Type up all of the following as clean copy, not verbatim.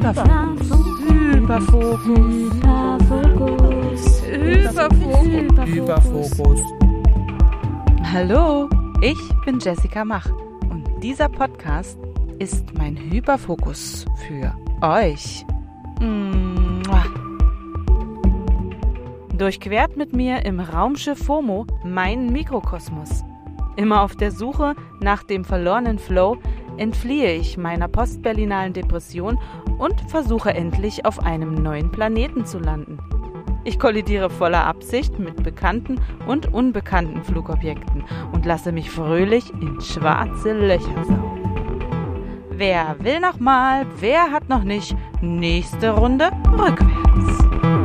Hyperfokus. Hallo, ich bin Jessica Mach und dieser Podcast ist mein Hyperfokus für euch. Durchquert mit mir im Raumschiff FOMO meinen Mikrokosmos. Immer auf der Suche nach dem verlorenen Flow entfliehe ich meiner postberlinalen Depression und versuche endlich auf einem neuen Planeten zu landen. Ich kollidiere voller Absicht mit bekannten und unbekannten Flugobjekten und lasse mich fröhlich in schwarze Löcher saugen. Wer will noch mal, wer hat noch nicht? Nächste Runde rückwärts.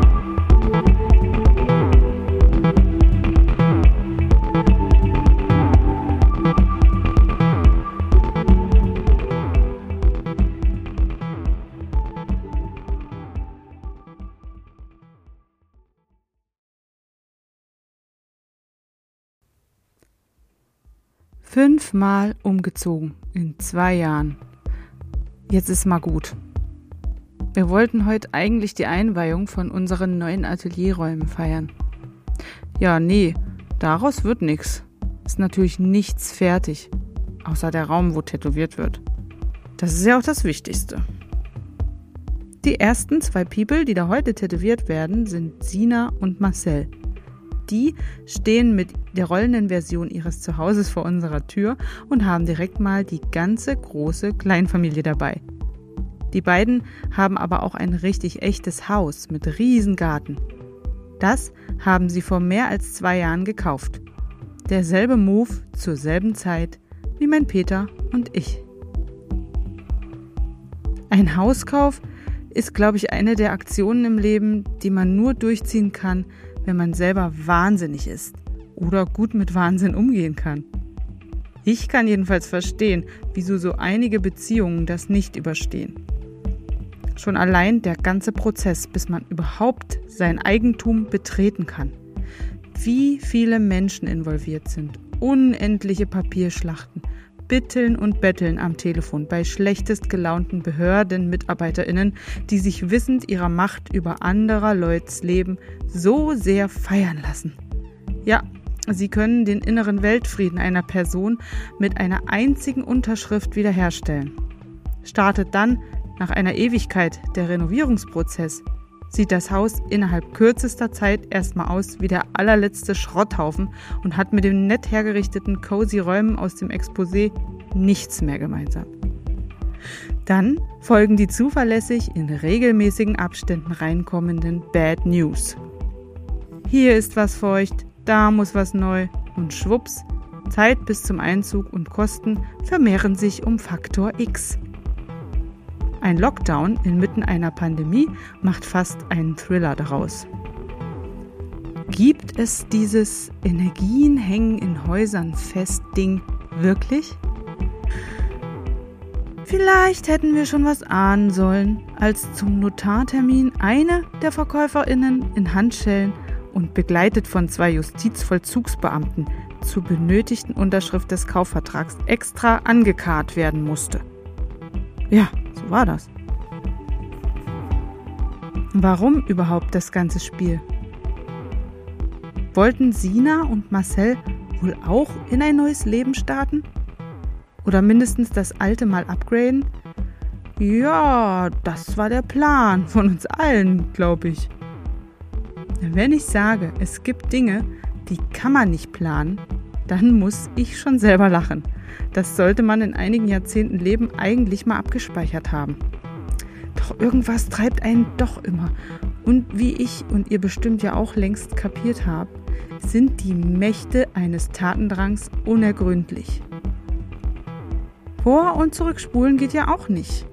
Fünfmal umgezogen in 2 Jahren. Jetzt ist mal gut. Wir wollten heute eigentlich die Einweihung von unseren neuen Atelierräumen feiern. Ja, nee, daraus wird nichts. Ist natürlich nichts fertig, außer der Raum, wo tätowiert wird. Das ist ja auch das Wichtigste. Die ersten 2 People, die da heute tätowiert werden, sind Sina und Marcel. Die stehen mit der rollenden Version ihres Zuhauses vor unserer Tür und haben direkt mal die ganze große Kleinfamilie dabei. Die beiden haben aber auch ein richtig echtes Haus mit riesen Garten. Das haben sie vor mehr als 2 Jahren gekauft. Derselbe Move zur selben Zeit wie mein Peter und ich. Ein Hauskauf ist, glaube ich, eine der Aktionen im Leben, die man nur durchziehen kann, wenn man selber wahnsinnig ist oder gut mit Wahnsinn umgehen kann. Ich kann jedenfalls verstehen, wieso so einige Beziehungen das nicht überstehen. Schon allein der ganze Prozess, bis man überhaupt sein Eigentum betreten kann. Wie viele Menschen involviert sind, unendliche Papierschlachten, Bitteln und Betteln am Telefon bei schlechtest gelaunten BehördenmitarbeiterInnen, die sich wissend ihrer Macht über anderer Leuts Leben so sehr feiern lassen. Ja, sie können den inneren Weltfrieden einer Person mit einer einzigen Unterschrift wiederherstellen. Startet dann nach einer Ewigkeit der Renovierungsprozess, sieht das Haus innerhalb kürzester Zeit erstmal aus wie der allerletzte Schrotthaufen und hat mit den nett hergerichteten cozy Räumen aus dem Exposé nichts mehr gemeinsam. Dann folgen die zuverlässig in regelmäßigen Abständen reinkommenden Bad News. Hier ist was feucht, da muss was neu und schwupps, Zeit bis zum Einzug und Kosten vermehren sich um Faktor X. Ein Lockdown inmitten einer Pandemie macht fast einen Thriller daraus. Gibt es dieses Energien hängen in Häusern fest Ding wirklich? Vielleicht hätten wir schon was ahnen sollen, als zum Notartermin eine der VerkäuferInnen in Handschellen und begleitet von 2 Justizvollzugsbeamten zur benötigten Unterschrift des Kaufvertrags extra angekarrt werden musste. Ja, so war das. Warum überhaupt das ganze Spiel? Wollten Sina und Marcel wohl auch in ein neues Leben starten? Oder mindestens das alte mal upgraden? Ja, das war der Plan von uns allen, glaube ich. Wenn ich sage, es gibt Dinge, die kann man nicht planen, dann muss ich schon selber lachen. Das sollte man in einigen Jahrzehnten Leben eigentlich mal abgespeichert haben. Doch irgendwas treibt einen doch immer. Und wie ich und ihr bestimmt ja auch längst kapiert habt, sind die Mächte eines Tatendrangs unergründlich. Vor- und zurückspulen geht ja auch nicht.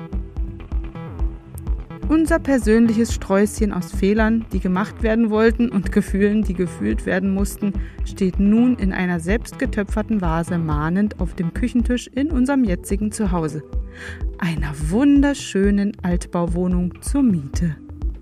Unser persönliches Sträußchen aus Fehlern, die gemacht werden wollten und Gefühlen, die gefühlt werden mussten, steht nun in einer selbstgetöpferten Vase mahnend auf dem Küchentisch in unserem jetzigen Zuhause. Einer wunderschönen Altbauwohnung zur Miete.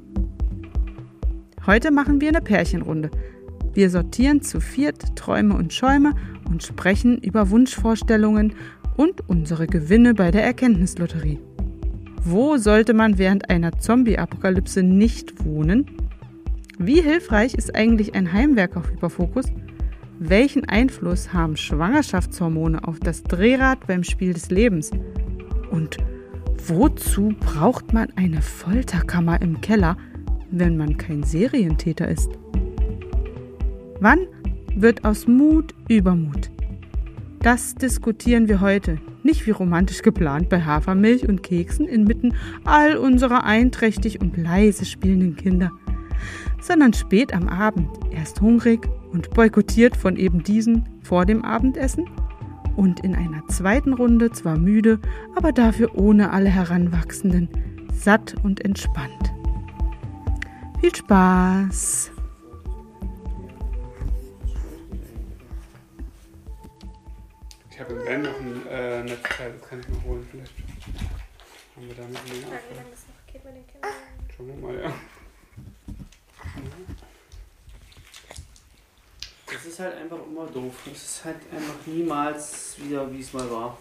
Heute machen wir eine Pärchenrunde. Wir sortieren zu 4 Träume und Schäume und sprechen über Wunschvorstellungen und unsere Gewinne bei der Erkenntnislotterie. Wo sollte man während einer Zombie-Apokalypse nicht wohnen? Wie hilfreich ist eigentlich ein Heimwerk auf Hyperfokus? Welchen Einfluss haben Schwangerschaftshormone auf das Drehrad beim Spiel des Lebens? Und wozu braucht man eine Folterkammer im Keller, wenn man kein Serientäter ist? Wann wird aus Mut Übermut? Das diskutieren wir heute, nicht wie romantisch geplant bei Hafermilch und Keksen inmitten all unserer einträchtig und leise spielenden Kinder, sondern spät am Abend, erst hungrig und boykottiert von eben diesen vor dem Abendessen und in einer zweiten Runde zwar müde, aber dafür ohne alle Heranwachsenden, satt und entspannt. Viel Spaß! Ich habe im Van noch ein Netzteil, das kann ich mal holen vielleicht. Haben wir damit mehr? Wie lange das noch geht mit den Kindern? Schauen wir mal, ja. Das ist halt einfach immer doof. Es ist halt einfach niemals wieder, wie es mal war.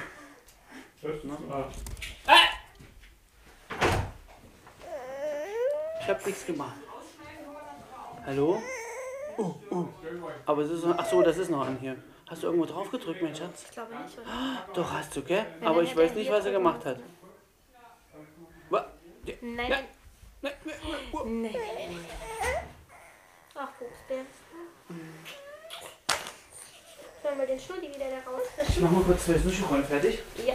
Ich hab nichts gemacht. Hallo? Aber es ist noch, ach so, das ist noch an hier. Hast du irgendwo drauf gedrückt, mein Schatz? Ich glaube nicht, oder? Doch, hast du, gell? Aber ich weiß nicht, was er gemacht hat. Nein. Nee. Ach, Pupsbär. Sollen wir den Schnulli wieder da raus? Ich mach mal kurz 2 Sushi-Rollen fertig. Ja.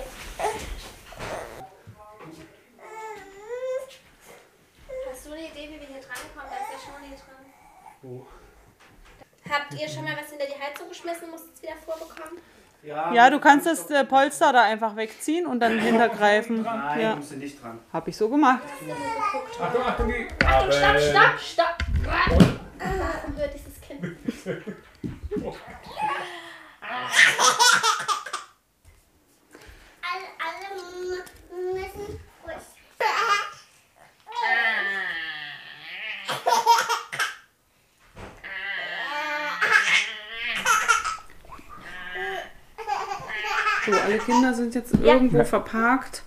Hast du eine Idee, wie wir hier drankommen? Da ist der Schnulli dran. Wo? Habt ihr schon mal was hinter die Heizung geschmissen und musstet es wieder vorbekommen? Ja, du kannst das Polster da einfach wegziehen und dann hintergreifen. Nein, Ja. musst du nicht dran. Hab ich so gemacht. Achtung, Achtung, die... Stopp! Warum hört dieses Kind? Alle müssen ruhig. So, alle Kinder sind jetzt irgendwo verparkt.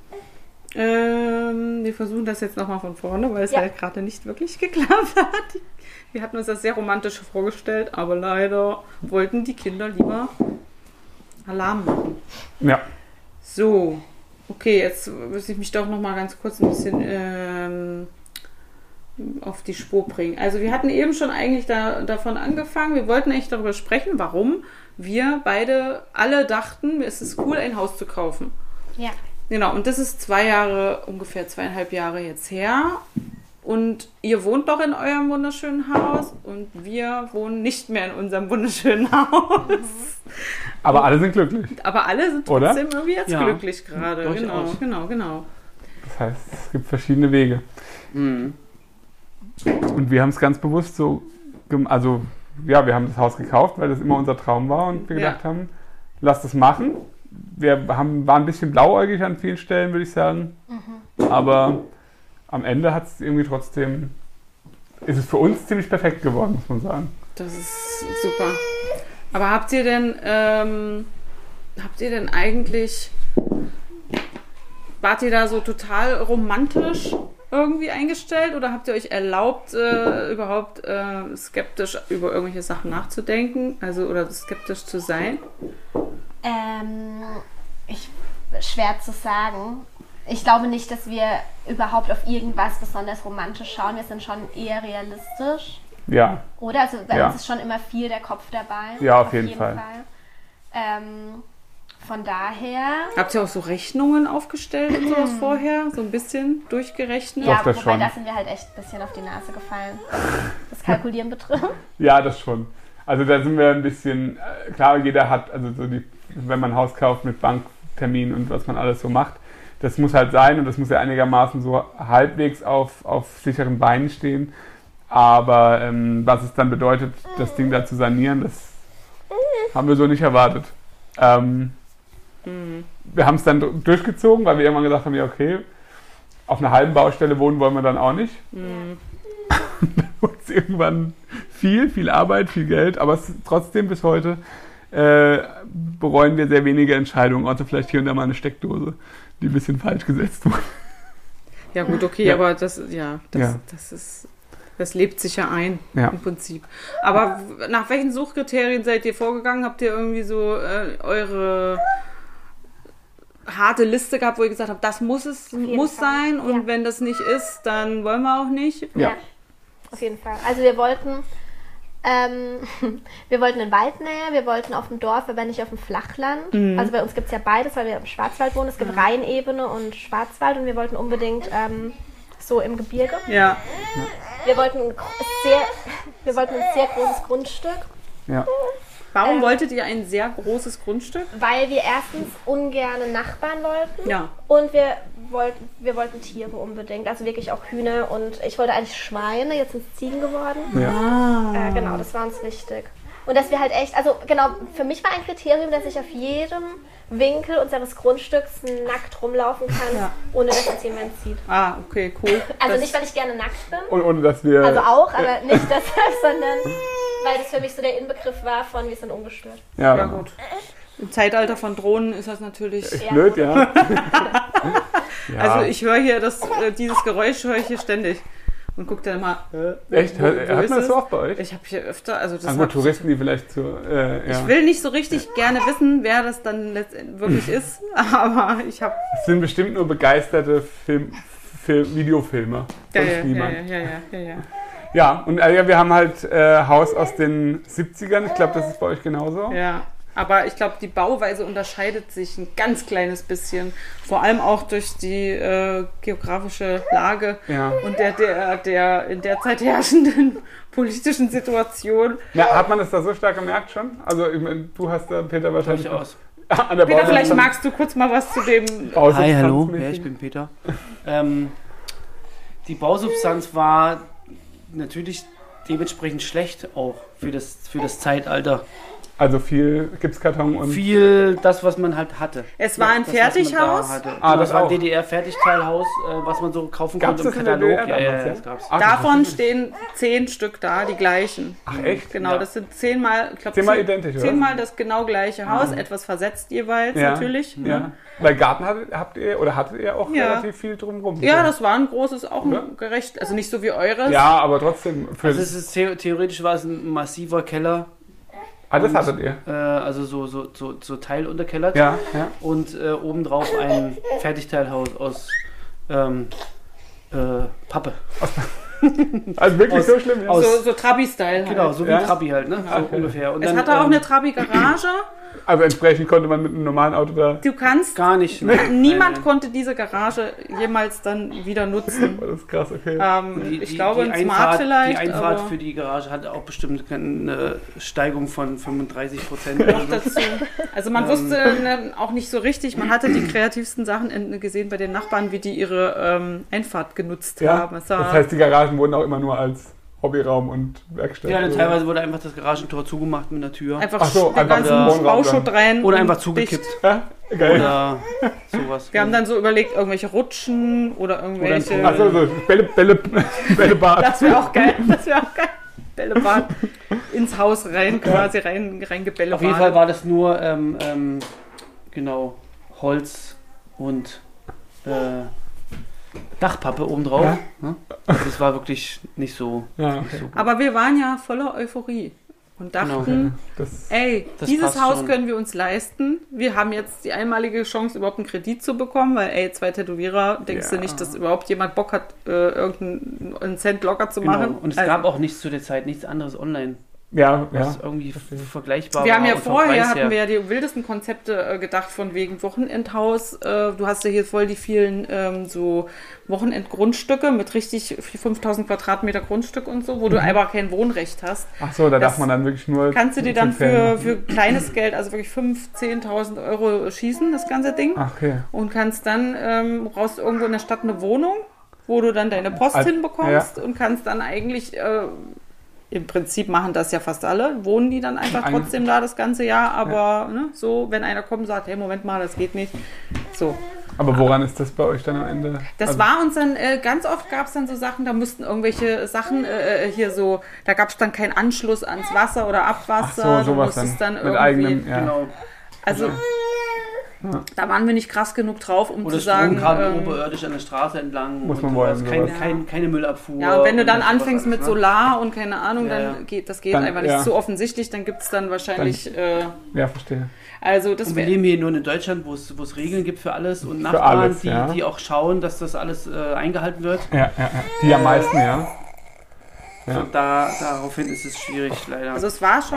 Wir versuchen das jetzt nochmal von vorne, weil es halt gerade nicht wirklich geklappt hat. Wir hatten uns das sehr romantisch vorgestellt, aber leider wollten die Kinder lieber Alarm machen. Ja. So, okay, jetzt muss ich mich doch nochmal ganz kurz ein bisschen auf die Spur bringen. Also wir hatten eben schon eigentlich davon angefangen, wir wollten eigentlich darüber sprechen, warum wir beide alle dachten, es ist cool, ein Haus zu kaufen. Ja. Genau, und das ist ungefähr 2,5 Jahre jetzt her. Und ihr wohnt doch in eurem wunderschönen Haus und wir wohnen nicht mehr in unserem wunderschönen Haus. Aber alle sind glücklich. Aber alle sind Oder? trotzdem irgendwie jetzt glücklich gerade. Durchaus. Genau. Das heißt, es gibt verschiedene Wege. Mhm. Und wir haben es ganz bewusst so, also ja, wir haben das Haus gekauft, weil das immer unser Traum war und wir gedacht haben, lass das machen. Wir waren ein bisschen blauäugig an vielen Stellen, würde ich sagen. Aber am Ende hat es irgendwie trotzdem, ist es für uns ziemlich perfekt geworden, muss man sagen. Das ist super. Aber habt ihr denn eigentlich, wart ihr da so total romantisch irgendwie eingestellt oder habt ihr euch erlaubt, überhaupt skeptisch über irgendwelche Sachen nachzudenken, oder skeptisch zu sein? Schwer zu sagen. Ich glaube nicht, dass wir überhaupt auf irgendwas besonders romantisch schauen. Wir sind schon eher realistisch. Ja. Oder? Also bei uns ist schon immer viel der Kopf dabei. Ja, auf jeden Fall. Von daher... Habt ihr auch so Rechnungen aufgestellt und sowas vorher? So ein bisschen durchgerechnet? Ja, Doch, das wobei schon. da sind wir halt echt ein bisschen auf die Nase gefallen, was das Kalkulieren betrifft. Ja, das schon. Also da sind wir ein bisschen, klar, jeder hat, also so wenn man ein Haus kauft mit Banktermin und was man alles so macht, das muss halt sein und das muss ja einigermaßen so halbwegs auf sicheren Beinen stehen. Aber was es dann bedeutet, das Ding da zu sanieren, das haben wir so nicht erwartet. Wir haben es dann durchgezogen, weil wir irgendwann gesagt haben, ja okay, auf einer halben Baustelle wohnen wollen wir dann auch nicht. Dann wurde es irgendwann viel Arbeit, viel Geld, aber es ist trotzdem bis heute bereuen wir sehr wenige Entscheidungen, außer vielleicht hier und da mal eine Steckdose, die ein bisschen falsch gesetzt wurde. Ja gut, okay, Ja. aber das lebt sich ja ein, im Prinzip. Aber nach welchen Suchkriterien seid ihr vorgegangen? Habt ihr irgendwie so eure harte Liste gehabt, wo ihr gesagt habt, das muss sein und wenn das nicht ist, dann wollen wir auch nicht? Ja, auf jeden Fall. Also wir wollten in Waldnähe, wir wollten auf dem Dorf, aber nicht auf dem Flachland. Also bei uns gibt es ja beides, weil wir im Schwarzwald wohnen. Es gibt Rheinebene und Schwarzwald und wir wollten unbedingt so im Gebirge. Ja. Wir wollten ein sehr großes Grundstück. Ja. Warum wolltet ihr ein sehr großes Grundstück? Weil wir erstens ungerne Nachbarn wollten. Ja. Und wir wollten Tiere unbedingt. Also wirklich auch Hühner. Und ich wollte eigentlich Schweine, jetzt sind es Ziegen geworden. Ja. Genau, das war uns wichtig. Und dass wir halt echt, also genau, für mich war ein Kriterium, dass ich auf jedem Winkel unseres Grundstücks nackt rumlaufen kann, ohne dass uns jemand sieht. Ah, okay, cool. Also nicht, weil ich gerne nackt bin. Und ohne dass wir... Also auch, aber nicht deshalb, sondern weil das für mich so der Inbegriff war von, wir sind ungestört. Ja, gut. Im Zeitalter von Drohnen ist das natürlich... Echt blöd, ja. Also ich höre hier, dieses Geräusch höre ich hier ständig. Und guck dann mal. Echt? Hat man das so oft bei euch? Ich habe hier öfter, also das gut, Touristen, die vielleicht so. Ich will nicht so richtig gerne wissen, wer das dann letztendlich wirklich ist, aber ich habe. Es sind bestimmt nur begeisterte Videofilmer. Sonst niemand. Ja, und wir haben halt Haus aus den 70ern. Ich glaube, das ist bei euch genauso. Ja. Aber ich glaube, die Bauweise unterscheidet sich ein ganz kleines bisschen. Vor allem auch durch die geografische Lage und der in der Zeit herrschenden politischen Situation. Ja, hat man das da so stark gemerkt schon? Also ich mein, du hast da, Peter, wahrscheinlich aus. An der Peter, vielleicht magst du kurz mal was zu dem... Hi, hallo, ja, ich bin Peter. Die Bausubstanz war natürlich dementsprechend schlecht auch für das Zeitalter. Also viel Gipskarton und... Viel das, was man halt hatte. Es war ein Fertighaus? Das war ein DDR-Fertigteilhaus, was man so kaufen konnte im Katalog. Ja, das gab's. Davon stehen 10 Stück da, die gleichen. Ach echt? Genau, das sind 10-mal, ich glaube 10-mal identisch, oder? 10-mal das genau gleiche Haus, etwas versetzt jeweils natürlich. Ja. Weil Garten hattet ihr auch relativ viel drumherum. Ja, das war ein großes, auch ein gerecht, also nicht so wie eures. Ja, aber trotzdem. Also theoretisch war es ein massiver Keller. Ah, das hattet ihr? Also so teilunterkellert. Ja. Und obendrauf ein Fertigteilhaus aus Pappe. Also wirklich so schlimm? Ja? So Trabi-Style halt. Genau, so wie Trabi halt, ne? So ungefähr. Und es dann, hatte auch eine Trabi-Garage. Also entsprechend konnte man mit einem normalen Auto da... Du kannst... Gar nicht. Niemand konnte diese Garage jemals dann wieder nutzen. Das ist krass, okay. Ich glaube, ein Smart vielleicht. Die Einfahrt für die Garage hatte auch bestimmt eine Steigung von 35%. Noch dazu. Also man wusste auch nicht so richtig, man hatte die kreativsten Sachen gesehen bei den Nachbarn, wie die ihre Einfahrt genutzt haben. Das heißt, die Garagen wurden auch immer nur als Hobbyraum und Werkstatt. Ja, teilweise wurde einfach das Garagentor zugemacht mit einer Tür. Einfach den ganzen Bauschutt rein. Oder einfach zugekippt. Ja, geil. Oder sowas. Wir haben dann so überlegt, irgendwelche Rutschen oder irgendwelche... Achso, so Bällebad. Das wäre auch geil. Bällebad ins Haus rein, quasi reingebällebad. Auf jeden Fall war das nur Holz und Dachpappe obendrauf. Ja. Also das war wirklich nicht so, nicht so gut. Aber wir waren ja voller Euphorie und dachten, dieses Haus können wir uns leisten. Wir haben jetzt die einmalige Chance, überhaupt einen Kredit zu bekommen, weil 2 Tätowierer, denkst du nicht, dass überhaupt jemand Bock hat, irgendeinen Cent locker zu machen. Und es gab auch zu der Zeit nichts anderes online. Was irgendwie vergleichbar wir war. haben ja vorher, hatten wir ja die wildesten Konzepte gedacht, von wegen Wochenendhaus. Du hast ja hier voll die vielen so Wochenendgrundstücke mit richtig 5000 Quadratmeter Grundstück und so, wo du einfach kein Wohnrecht hast. Ach so, da darf man dann wirklich nur... Kannst du dir dann für kleines Geld, also wirklich 5.000, 10.000 Euro schießen, das ganze Ding. Ach, okay. Und kannst dann, brauchst irgendwo in der Stadt eine Wohnung, wo du dann deine Post hinbekommst und kannst dann eigentlich... Im Prinzip machen das ja fast alle, wohnen die dann einfach trotzdem da das ganze Jahr, aber so, wenn einer kommt und sagt, hey, Moment mal, das geht nicht, so. Aber woran ist das bei euch dann am Ende? Das war uns dann, ganz oft gab es dann so Sachen, da mussten irgendwelche Sachen hier so, da gab es dann keinen Anschluss ans Wasser oder Abwasser. Ach so, sowas dann. Mit irgendwie, eigenem, ja. Genau. Also, da waren wir nicht krass genug drauf, um oder zu sagen... gerade oberirdisch an der Straße entlang. Muss man wollen. Keine Müllabfuhr. Ja, und wenn du dann sowas anfängst mit Solar und keine Ahnung, Ja, dann geht das Dann, einfach nicht so offensichtlich, dann gibt es dann wahrscheinlich... Ja, verstehe. Also das Und wir leben hier nur in Deutschland, wo es Regeln gibt für alles und Nachbarn, alles, die auch schauen, dass das alles eingehalten wird. Ja. Die am meisten, ja. Und daraufhin ist es schwierig, leider. Also es gab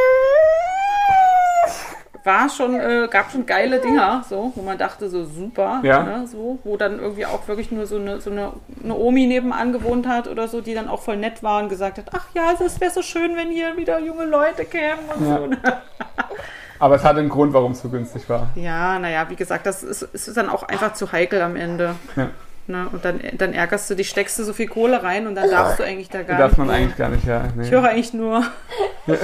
schon geile Dinger, so, wo man dachte, so super, Ja. ne, so, wo dann irgendwie auch wirklich nur so eine Omi nebenan gewohnt hat oder so, die dann auch voll nett war und gesagt hat, ach ja, es wäre so schön, wenn hier wieder junge Leute kämen und Ja. so. Ne? Aber es hat einen Grund, warum es so günstig war. Ja, naja, wie gesagt, das ist dann auch einfach zu heikel am Ende. Ja. Ne? Und dann ärgerst du dich, steckst du so viel Kohle rein und dann darfst du eigentlich da gar Darf nicht. man eigentlich gar nicht, ja. Nee. Ich höre eigentlich nur. Das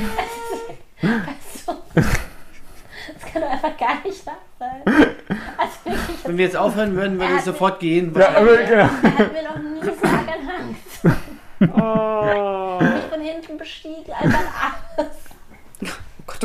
kann doch einfach gar nicht wahr sein. Also wirklich, Wenn wir jetzt aufhören würden, würde ich sofort gehen. Ja, aber, genau. er hat mir noch nie Sagenangst. Oh. Ich bin hinten bestiegen, einfach alles. Gott.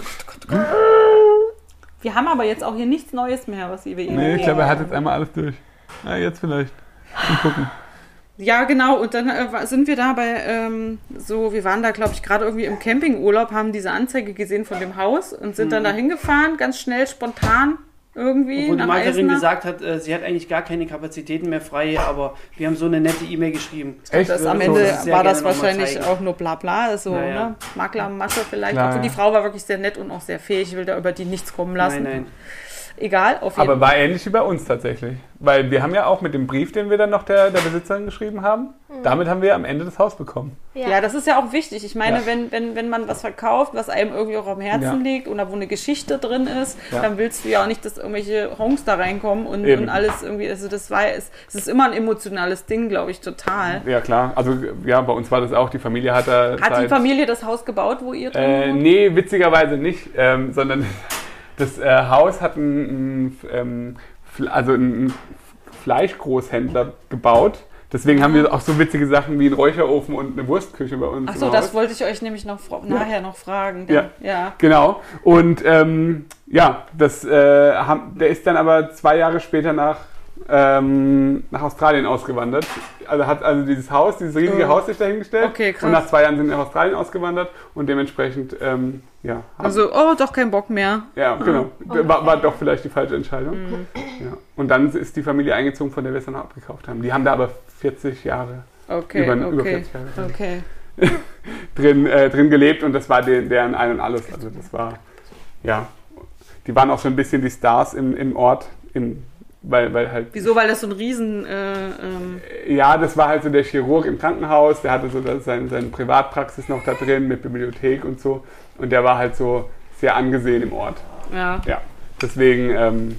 Wir haben aber jetzt auch hier nichts Neues mehr, was wir Nee, ich glaube, er hat jetzt einmal alles durch. Ja, jetzt vielleicht. Mal gucken. Ja, genau. Und dann sind wir da bei wir waren da, glaube ich, gerade irgendwie im Campingurlaub, haben diese Anzeige gesehen von dem Haus und sind dann da hingefahren, ganz schnell, spontan irgendwie. Obwohl die nach Maklerin Eisenach. gesagt hat, sie hat eigentlich gar keine Kapazitäten mehr frei, aber wir haben so eine nette E-Mail geschrieben. Echt? Das würde am das Ende sehr war das gerne noch mal wahrscheinlich zeigen. auch nur Blabla, so, Ja, ja. ne? Maklermasche vielleicht. Klar, Obwohl die ja. Frau war wirklich sehr nett und auch sehr fähig. Ich will da über die nichts kommen lassen. Nein. Egal, auf jeden Aber Fall. war ähnlich wie bei uns tatsächlich. Weil wir haben ja auch mit dem Brief, den wir dann noch der Besitzerin geschrieben haben, damit haben wir am Ende das Haus bekommen. Ja, das ist ja auch wichtig. Ich meine, Ja. wenn man was verkauft, was einem irgendwie auch am Herzen Ja. liegt oder wo eine Geschichte drin ist, Ja. dann willst du ja auch nicht, dass irgendwelche Honks da reinkommen und Eben. alles irgendwie, also es ist immer ein emotionales Ding, glaube ich, total. Ja, klar. Also, ja, bei uns war das auch. Die Familie hat da. Hat die Familie das Haus gebaut, wo ihr drin wohnt? Nee, witzigerweise nicht, sondern das Haus hat einen Fleischgroßhändler gebaut. Deswegen haben wir auch so witzige Sachen wie einen Räucherofen und eine Wurstküche bei uns. Achso, im das Haus. wollte ich euch nämlich noch nachher noch fragen. Ja. Ja. Genau. Und der ist dann aber 2 Jahre später nach Australien ausgewandert. Also hat dieses riesige Haus sich dahingestellt. Okay, krass. Und nach 2 Jahren sind wir nach Australien ausgewandert und dementsprechend, Also, doch kein Bock mehr. ja, genau. War doch vielleicht die falsche Entscheidung. Ja. Und dann ist die Familie eingezogen, von der wir es dann auch abgekauft haben. Die haben da aber 40 Jahre, Okay, über 40 Jahre okay. drin gelebt und das war deren Ein und Alles. Also das war, ja, die waren auch schon ein bisschen die Stars im Ort, weil halt... Wieso? Weil das so ein Riesen... Ja, das war halt so der Chirurg im Krankenhaus, der hatte so seine Privatpraxis noch da drin mit Bibliothek und so und der war halt so sehr angesehen im Ort. ja. Ja, deswegen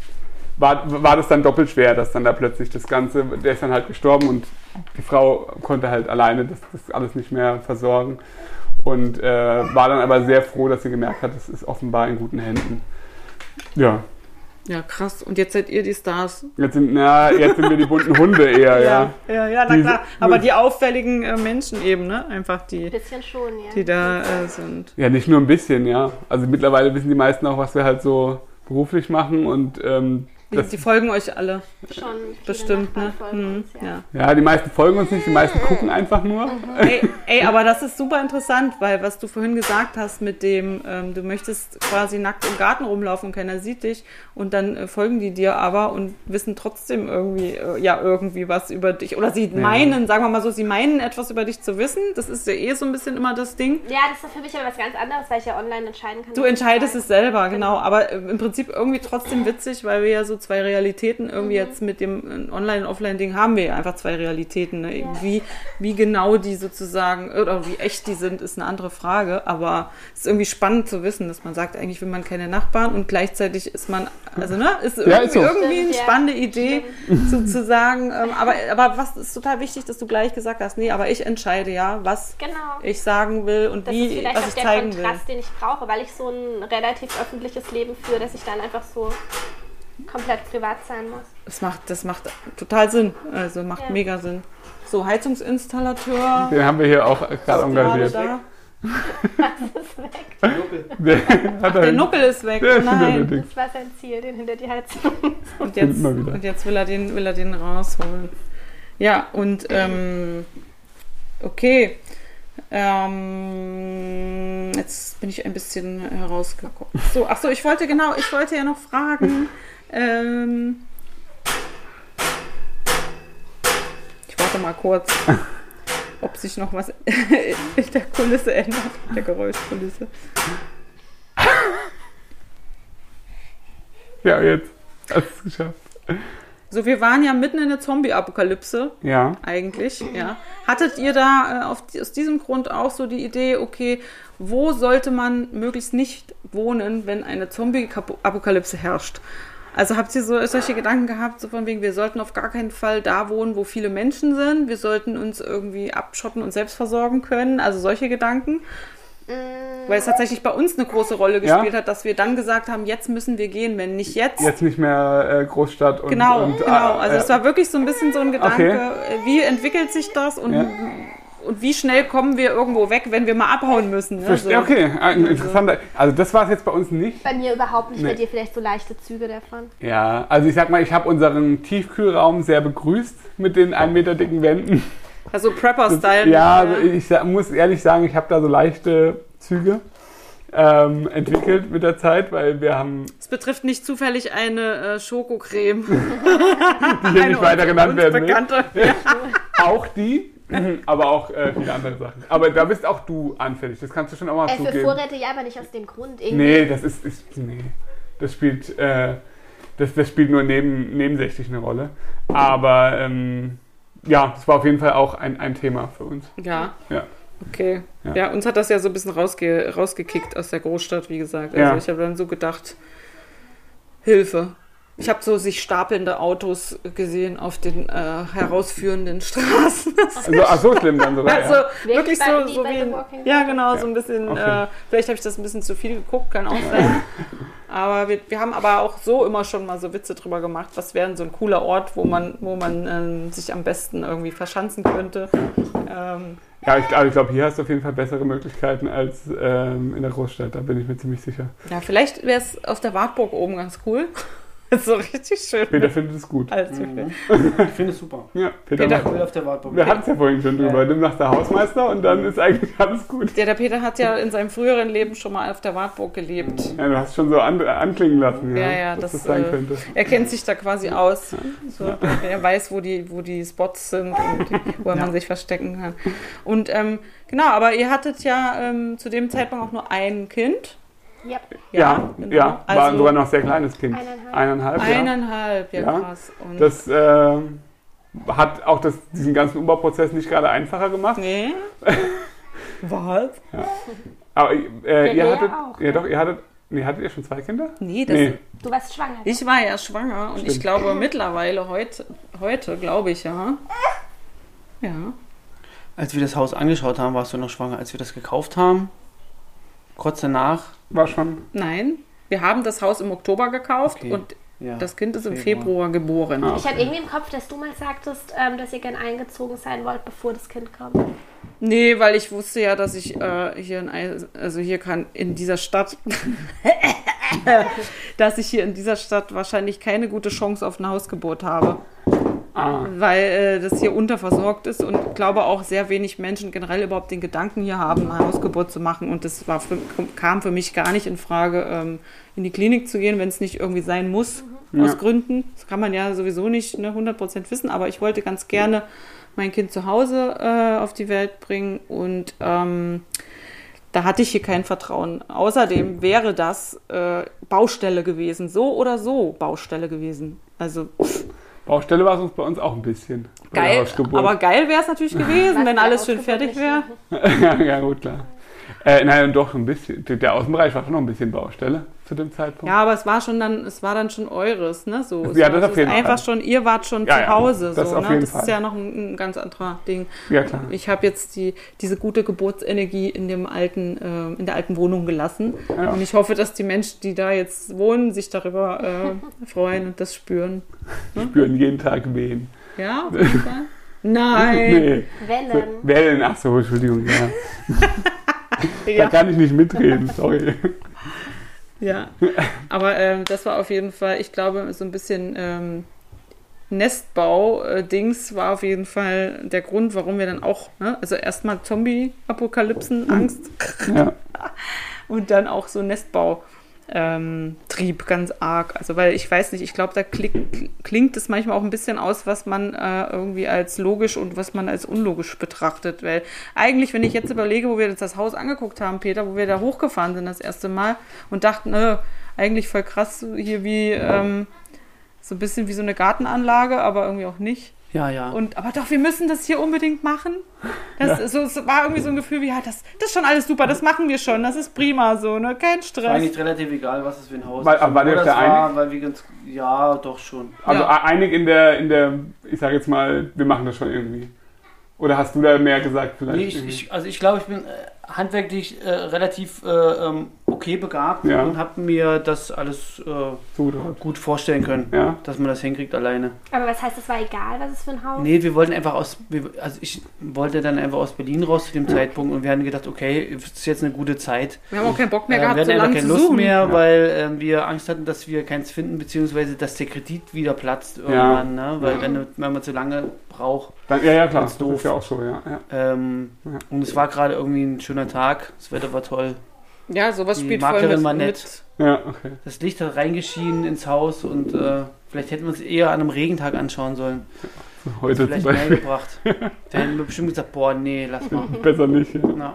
war das dann doppelt schwer, dass dann da plötzlich das Ganze, der ist dann halt gestorben und die Frau konnte halt alleine das alles nicht mehr versorgen und war dann aber sehr froh, dass sie gemerkt hat, es ist offenbar in guten Händen. Ja. Ja, krass. Und jetzt seid ihr die Stars. Jetzt sind wir die bunten Hunde eher, ja. Ja, na klar. Aber die auffälligen Menschen eben, ne? Einfach die, Ein bisschen schon, ja. die da sind. Ja, nicht nur ein bisschen, ja. Also mittlerweile wissen die meisten auch, was wir halt so beruflich machen und Die folgen euch alle. Schon viele Bestimmt, ne? Nachbarn folgen uns, ja. ja, die meisten folgen uns nicht, die meisten gucken einfach nur. Ey, aber das ist super interessant, weil was du vorhin gesagt hast mit dem, du möchtest quasi nackt im Garten rumlaufen und keiner sieht dich und dann folgen die dir aber und wissen trotzdem irgendwie was über dich. Oder sie meinen, sagen wir mal so, sie meinen etwas über dich zu wissen. Das ist ja so ein bisschen immer das Ding. Ja, das ist für mich aber was ganz anderes, weil ich ja online entscheiden kann. Du entscheidest es selber, genau. Aber im Prinzip irgendwie trotzdem witzig, weil wir ja so 2 Realitäten irgendwie jetzt mit dem Online- und Offline-Ding haben wir ja einfach 2 Realitäten. Ne? Ja. Wie genau die sozusagen, oder wie echt die sind, ist eine andere Frage. Aber es ist irgendwie spannend zu wissen, dass man sagt, eigentlich will man keine Nachbarn und gleichzeitig ist man, also ne, ist irgendwie, ist so. irgendwie eine Ja. spannende Idee sozusagen. Aber was ist total wichtig, dass du gleich gesagt hast, nee, aber ich entscheide ja, was Genau. ich sagen will und Das ist wie, vielleicht was auch ich der zeigen Kontrast, den ich brauche, weil ich so ein relativ öffentliches Leben führe, dass ich dann einfach so komplett privat sein muss. Das macht total Sinn. Also macht mega Sinn. So, Heizungsinstallateur. Den haben wir hier auch gerade engagiert. Da. Das ist weg. Der Nuckel ist weg. Der ist Nein. wieder Das war sein Ziel, den hinter die Heizung. Und wieder. jetzt will er den rausholen. Ja, und okay. Jetzt bin ich ein bisschen herausgekommen. Achso, ich wollte ja noch fragen. Ich warte mal kurz, ob sich noch was in der Kulisse ändert, der Geräuschkulisse. Ja, jetzt hast du es geschafft. So, wir waren ja mitten in der Zombie-Apokalypse. Ja. Eigentlich, ja. Hattet ihr da aus diesem Grund auch so die Idee, okay, wo sollte man möglichst nicht wohnen, wenn eine Zombie-Apokalypse herrscht? Also habt ihr solche Gedanken gehabt, so von wegen, wir sollten auf gar keinen Fall da wohnen, wo viele Menschen sind, wir sollten uns irgendwie abschotten und selbst versorgen können, also solche Gedanken? Weil es tatsächlich bei uns eine große Rolle gespielt hat, dass wir dann gesagt haben, jetzt müssen wir gehen, wenn nicht jetzt. Jetzt nicht mehr Großstadt und... Genau. Also es war wirklich so ein bisschen so ein Gedanke, wie entwickelt sich das und wie schnell kommen wir irgendwo weg, wenn wir mal abhauen müssen. Ne? So. Okay, interessant. Also das war es jetzt bei uns nicht. Bei mir überhaupt nicht, bei dir vielleicht so leichte Züge davon. Ja, also ich sag mal, ich habe unseren Tiefkühlraum sehr begrüßt mit den 1 Meter dicken Wänden. Also Prepper-Style. Ja, also ich muss ehrlich sagen, ich habe da so leichte Züge entwickelt mit der Zeit, weil wir haben... Es betrifft nicht zufällig eine Schokocreme. Die hier nicht weiter genannt werden. Bekannte. Ja. Auch die, aber auch viele andere Sachen. Aber da bist auch du anfällig, das kannst du schon auch mal zugeben. Für Vorräte ja, aber nicht aus dem Grund. Irgendwie. Nee, das spielt nur nebensächlich eine Rolle. Aber ja, das war auf jeden Fall auch ein Thema für uns. Ja. Okay. Ja. Ja, uns hat das ja so ein bisschen rausgekickt aus der Großstadt, wie gesagt. Also ich habe dann so gedacht, Hilfe. Ich habe so sich stapelnde Autos gesehen auf den herausführenden Straßen. So schlimm dann sogar. Also wirklich so wie ja genau, so ein bisschen, Okay. vielleicht habe ich das ein bisschen zu viel geguckt, kann auch sein. Aber wir haben aber auch so immer schon mal so Witze drüber gemacht, was wäre so ein cooler Ort, wo man sich am besten irgendwie verschanzen könnte. Ja, ich glaube, hier hast du auf jeden Fall bessere Möglichkeiten als in der Großstadt, da bin ich mir ziemlich sicher. Ja, vielleicht wäre es auf der Wartburg oben ganz cool. So richtig schön. Peter findet es gut. Ich finde es super. Ja, Peter Ich will auf der Wartburg. wir hatten es ja vorhin schon drüber. Nimm nach der Hausmeister und dann ist eigentlich alles gut. Ja, der Peter hat ja in seinem früheren Leben schon mal auf der Wartburg gelebt. Ja, du hast schon so anklingen lassen, Ja, dass das sein könnte. er kennt sich da quasi aus. So, er weiß, wo die Spots sind und wo man sich verstecken kann. Und genau, aber ihr hattet ja zu dem Zeitpunkt auch nur ein Kind. Yep. Ja, genau. war Also sogar noch sehr kleines Kind. 1,5. Eineinhalb, ja Ja. krass. Und Das hat auch diesen ganzen Umbauprozess nicht gerade einfacher gemacht. nee. Was? Aber ihr hattet, auch, ja doch, hattet ihr schon 2 Kinder? Nee, Du warst schwanger. ich war ja schwanger und ich glaube mittlerweile heute glaube ich ja. Ja. Als wir das Haus angeschaut haben, warst du noch schwanger. Als wir das gekauft haben, kurz danach. War schon. Nein, wir haben das Haus im Oktober gekauft Okay. und Ja, das Kind ist im Februar geboren. Ah. Ich habe irgendwie im Kopf, dass du mal sagtest, dass ihr gern eingezogen sein wollt, bevor das Kind kommt. Nee, weil ich wusste ja, dass ich hier kann in dieser Stadt, dass ich hier in dieser Stadt wahrscheinlich keine gute Chance auf eine Hausgeburt habe. Weil das hier unterversorgt ist und ich glaube auch sehr wenig Menschen generell überhaupt den Gedanken hier haben, eine Hausgeburt zu machen. Und das kam für mich gar nicht in Frage, in die Klinik zu gehen, wenn es nicht irgendwie sein muss, aus Gründen. Das kann man ja sowieso nicht 100% wissen, aber ich wollte ganz gerne mein Kind zu Hause auf die Welt bringen und da hatte ich hier kein Vertrauen. Außerdem wäre das Baustelle gewesen, so oder so Baustelle gewesen. Also Baustelle war es bei uns auch ein bisschen. geil, aber geil wäre es natürlich gewesen, wenn alles schön fertig wäre. Ja, gut, klar. Nein, doch ein bisschen. Der Außenbereich war schon noch ein bisschen Baustelle zu dem Zeitpunkt. Ja, aber es war dann schon eures, ne? So, Ja, das auf jeden einfach Fall. schon, ihr wart schon Ja, zu ja, Hause. das So, auf ne? jeden Das ist Fall. ja noch ein ganz anderer Ding. Ja, klar. Ich habe jetzt diese gute Geburtsenergie in der alten Wohnung gelassen. Ja. Und ich hoffe, dass die Menschen, die da jetzt wohnen, sich darüber freuen und das spüren. Spüren jeden Tag Wehen. Ja, auf jeden Fall. Nein. Nee. Wellen. Wellen, ach so, Entschuldigung, ja. Da Ja. kann ich nicht mitreden, sorry. Ja, aber das war auf jeden Fall, ich glaube, so ein bisschen Nestbau-Dings war auf jeden Fall der Grund, warum wir dann auch, ne? Also erstmal Zombie-Apokalypsen, Angst Ja. und dann auch so Nestbau. Trieb ganz arg. Also, weil ich weiß nicht, ich glaube, da klingt es manchmal auch ein bisschen aus, was man irgendwie als logisch und was man als unlogisch betrachtet. Weil eigentlich, wenn ich jetzt überlege, wo wir uns das Haus angeguckt haben, Peter, wo wir da hochgefahren sind das erste Mal und dachten, eigentlich voll krass, hier wie so ein bisschen wie so eine Gartenanlage, aber irgendwie auch nicht. Ja, ja. Aber doch, wir müssen das hier unbedingt machen. Es war irgendwie so ein Gefühl wie, ja, das ist schon alles super, das machen wir schon, das ist prima so, ne? Kein Es war eigentlich Stress. relativ egal, was es für ein Haus War- ist. aber war der Wo euch das da war, einig? weil wir ganz, ja, doch schon. Also Ja. einig in der, ich sage jetzt mal, wir machen das schon irgendwie. Oder hast du da mehr gesagt vielleicht? Nee, irgendwie? ich glaube, ich bin handwerklich relativ okay begabt Ja. und habe mir das alles Zugetraut. gut vorstellen können, Ja. dass man das hinkriegt alleine. Aber was heißt, es war egal, was es für ein Haus? Nee, wir wollten einfach ich wollte dann einfach aus Berlin raus zu dem Zeitpunkt und wir hatten gedacht, okay, es ist jetzt eine gute Zeit. Wir haben auch keinen Bock mehr Wir gehabt, hatten so einfach lange keine zu Lust suchen. mehr, Ja. weil wir Angst hatten, dass wir keins finden, beziehungsweise dass der Kredit wieder platzt irgendwann, ne? Weil wenn man zu lange braucht. Dann, ja, klar, Ganz das doof. ist ja auch so, ja. Ja. Und es war gerade irgendwie ein schöner Tag, das Wetter war toll. Ja, sowas Die spielt voll Maklerin war mit. nett. Ja, okay. Das Licht hat reingeschienen ins Haus und vielleicht hätten wir uns eher an einem Regentag anschauen sollen. Heute zum Vielleicht mehr Beispiel. gebracht. Da hätten wir bestimmt gesagt, boah, nee, lass mal. Besser nicht. Ja. Na,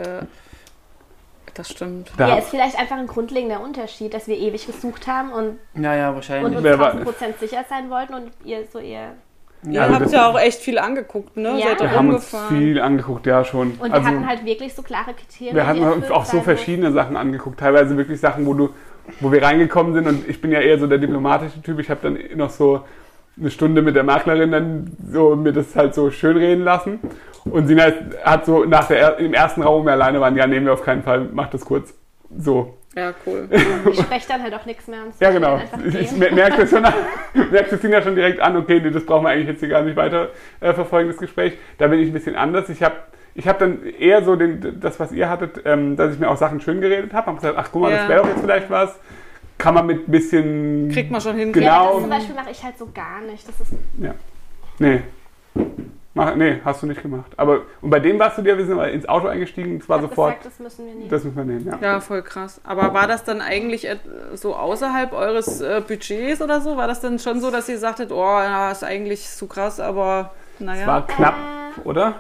Das stimmt. Da, Ja, ist vielleicht einfach ein grundlegender Unterschied, dass wir ewig gesucht haben und ja, wahrscheinlich. uns Wer war- 1000% sicher sein wollten und ihr so eher... Ihr Also habt das- ja auch echt viel angeguckt, ne? Ja. Seid wir da haben uns rumgefahren. viel angeguckt, ja schon. Und Also, wir hatten halt wirklich so klare Kriterien. wir hatten die erfüllt auch so sein verschiedene Sachen angeguckt. Teilweise wirklich Sachen, wo wir reingekommen sind und ich bin ja eher so der diplomatische Typ. Ich habe dann noch so eine Stunde mit der Maklerin dann so mir das halt so schön reden lassen. Und sie hat so im ersten Raum, wo wir alleine waren, ja, nehmen wir auf keinen Fall, mach das kurz. So. Ja, cool. mussten. Ich spreche dann halt auch nichts mehr und Ja, genau. einfach Ich gehen. merke das schon, merkt das ja schon direkt an, okay, nee, das brauchen wir eigentlich jetzt hier gar nicht weiter verfolgen, das Gespräch. Da bin ich ein bisschen anders. Ich hab dann eher so das, was ihr hattet, dass ich mir auch Sachen schön geredet habe. Hab gesagt, ach guck mal, Ja. das wäre doch jetzt vielleicht was. Kann man mit ein bisschen... Kriegt man schon hin. Genau. Ja, aber das zum Beispiel mache ich halt so gar nicht. Das ist Ja. Nee. Nee, hast du nicht gemacht. Aber und bei dem warst du dir, wir sind ins Auto eingestiegen, es war ich hab sofort, gesagt, das müssen wir nicht. das müssen wir nehmen, ja. Ja, voll krass. Aber war das dann eigentlich so außerhalb eures Budgets oder so? War das dann schon so, dass ihr sagtet, oh, ja, ist eigentlich zu krass, aber naja. Es war knapp, oder?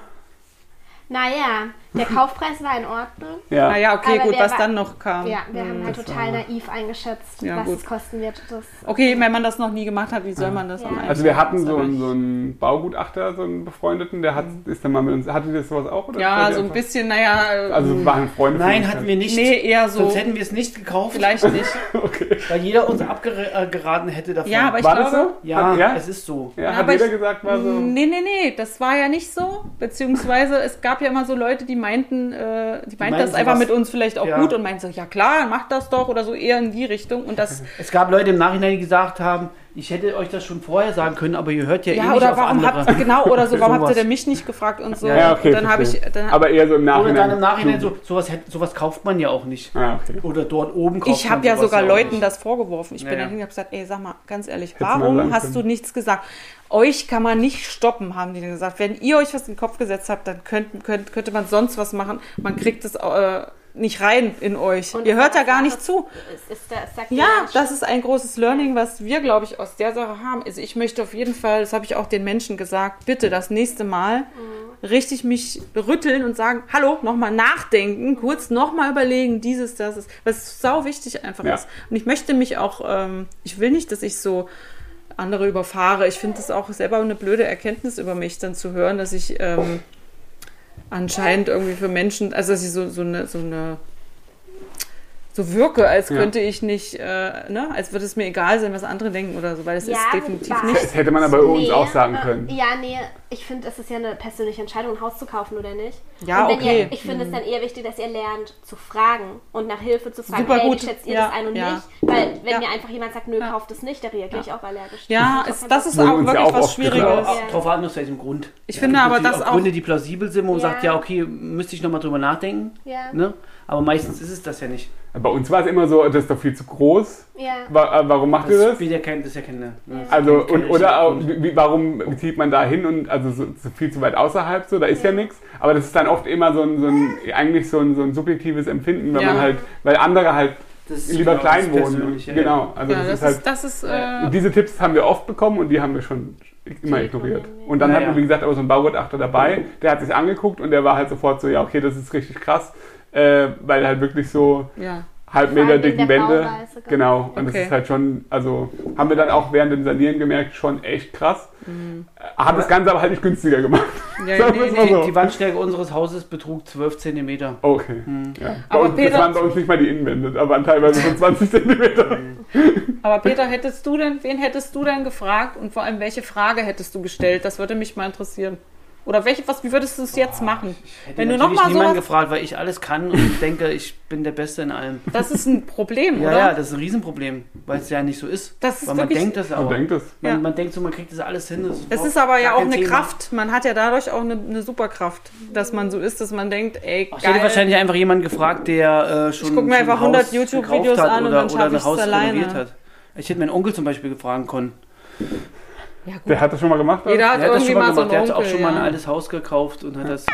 Naja, der Kaufpreis war in Ordnung. Ja. Naja, okay, Aber gut, wir was war- dann noch kam. Ja, wir haben halt das total war- naiv eingeschätzt, Ja, was gut. es kosten wird. Das, Okay, wenn man das noch nie gemacht hat, wie soll man das Ja. am Ende? Also wir hatten Das ist so aber- einen Baugutachter, so einen befreundeten, der ist dann mal mit uns, hattet ihr sowas auch? Oder Ja, seid ihr so ein einfach- bisschen, naja. Also waren Freunde von Nein, uns hatten wir nicht. Nee, eher so. Sonst hätten wir es nicht gekauft, Vielleicht nicht. Okay. weil jeder uns abgeraten hätte davon. Ja, aber ich War glaube. das so? Ja, ja? es ist so. Ja, Ja, hat aber jeder ich- gesagt, war so... Nee, das war ja nicht so. Beziehungsweise es gab ja immer so Leute, die meinten das meinen einfach sowas- mit uns vielleicht auch Ja. gut und meinten so, ja klar, macht das doch oder so eher in die Richtung. Und das, Es gab Leute im Nachhinein, die gesagt haben, ich hätte euch das schon vorher sagen können, aber ihr hört ja, eh ja, nicht oder auf warum andere. habt genau, oder so, warum habt ihr Sowas. denn mich nicht gefragt und so. Ja, okay, Und dann habe ich, verstehe. dann, Aber eher so im Oder Nachhinein. dann im Nachhinein sowas kauft man ja auch nicht. Ah, okay. Oder dort oben kauft ich man habe ja sowas sogar auch Leuten nicht. das vorgeworfen. Ich bin Ja, dann ja. hingegangen und habe gesagt, ey, sag mal, ganz ehrlich, Hättest du mal warum sagen hast du können. nichts gesagt? Euch kann man nicht stoppen, haben die dann gesagt. Wenn ihr euch was in den Kopf gesetzt habt, dann könnte man sonst was machen. Man kriegt es nicht rein in euch. Und Ihr hört ja das gar ist nicht auch- zu. es sagt Ja, jeder das ist ein großes Learning, was wir, glaube ich, aus der Sache haben. Also ich möchte auf jeden Fall, das habe ich auch den Menschen gesagt, bitte das nächste Mal richtig mich rütteln und sagen, hallo, nochmal nachdenken, kurz nochmal überlegen, dieses, das ist, was sau wichtig einfach Ja. ist. Und ich möchte mich auch, ich will nicht, dass ich so andere überfahre. Ich finde das auch selber eine blöde Erkenntnis über mich dann zu hören, dass ich anscheinend irgendwie für Menschen, also dass ich so wirke, als könnte ich nicht, als würde es mir egal sein, was andere denken oder so, weil es ist definitiv nicht. Das hätte man aber bei uns auch sagen können. Ich finde, es ist ja eine persönliche Entscheidung, ein Haus zu kaufen oder nicht. Ja, und ich finde es dann eher wichtig, dass ihr lernt zu fragen und nach Hilfe zu fragen. Super gut. Wie schätzt ihr das ein und nicht? Weil wenn mir einfach jemand sagt, nö, kauft es nicht, da reagiere ich auch allergisch. Ja, das ist auch wirklich was Schwieriges. Drauf an, aus welchem Grund. Ich finde aber, dass auch Gründe, die plausibel sind, wo man sagt, ja, okay, müsste ich nochmal drüber nachdenken. Ja. Ne? Aber meistens ist es das ja nicht. Bei uns war es immer so, das ist doch viel zu groß. Ja. Warum macht ihr das? Das ist ja keine. Also, oder auch, warum zieht man da hin und also so viel zu weit außerhalb, so, da ist ja nichts. Aber das ist dann oft immer so ein subjektives Empfinden, wenn man halt, weil andere halt lieber klein wohnen. Genau, also das ist diese Tipps haben wir oft bekommen und die haben wir schon immer ignoriert. Und dann hatten wir, wie gesagt, aber so einen Baugutachter dabei, der hat sich angeguckt und der war halt sofort so, ja, okay, das ist richtig krass. Weil halt wirklich so halb Meter dicken Wände. Genau. Und das ist halt schon, also haben wir dann auch während dem Sanieren gemerkt, schon echt krass. Hat das Ganze aber halt nicht günstiger gemacht. Die Wandstärke unseres Hauses betrug 12 cm. Okay. Ja. Aber das waren bei uns nicht mal die Innenwände, aber waren teilweise schon 20 cm. Aber Peter, wen hättest du denn gefragt und vor allem welche Frage hättest du gestellt? Das würde mich mal interessieren. Oder wie würdest du es jetzt machen? Wenn du noch mal niemanden gefragt, weil ich alles kann und denke, ich bin der Beste in allem. Das ist ein Problem, oder? Ja, das ist ein Riesenproblem, weil es ja nicht so ist. Das ist weil man denkt das aber. Man denkt so, man kriegt das alles hin. Es ist aber ja auch eine Kraft. Man hat ja dadurch auch eine Superkraft, dass man so ist, dass man denkt, ey, geil. Ich hätte wahrscheinlich einfach jemanden gefragt, der schon ich gucke mir einfach 100 YouTube-Videos an und dann schaffe ich es alleine. Hat. Ich hätte meinen Onkel zum Beispiel fragen können. Ja, gut. Der hat das schon mal gemacht? Jeder hat das schon mal gemacht. Der hat auch schon mal ein altes Haus gekauft und hat das...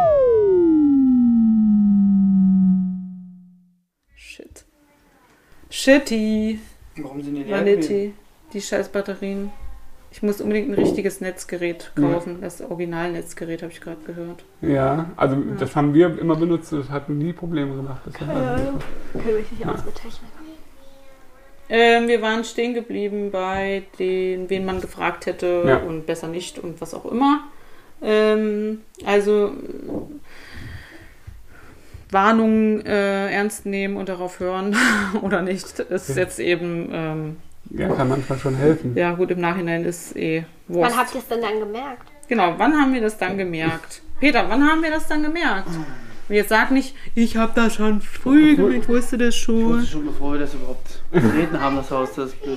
Shitty. Warum sind die Vanity. Die scheiß Batterien. Ich muss unbedingt ein richtiges Netzgerät kaufen. Das Originalnetzgerät habe ich gerade gehört. Ja, also das haben wir immer benutzt. Das hat nie Probleme gemacht. Das kenne mich nicht aus mit Technik. Wir waren stehen geblieben bei denen, wen man gefragt hätte und besser nicht und was auch immer. Also Warnungen ernst nehmen und darauf hören oder nicht, ist jetzt eben... kann manchmal schon helfen. Ja gut, im Nachhinein ist Wurst. Wann habt ihr es denn dann gemerkt? Genau, wann haben wir das dann gemerkt? Peter, wann haben wir das dann gemerkt? Und jetzt sag nicht, ich habe das schon früh gemerkt, ich wusste das schon. Ich wusste schon, bevor wir das überhaupt betreten haben, das Haus, das ist blöd.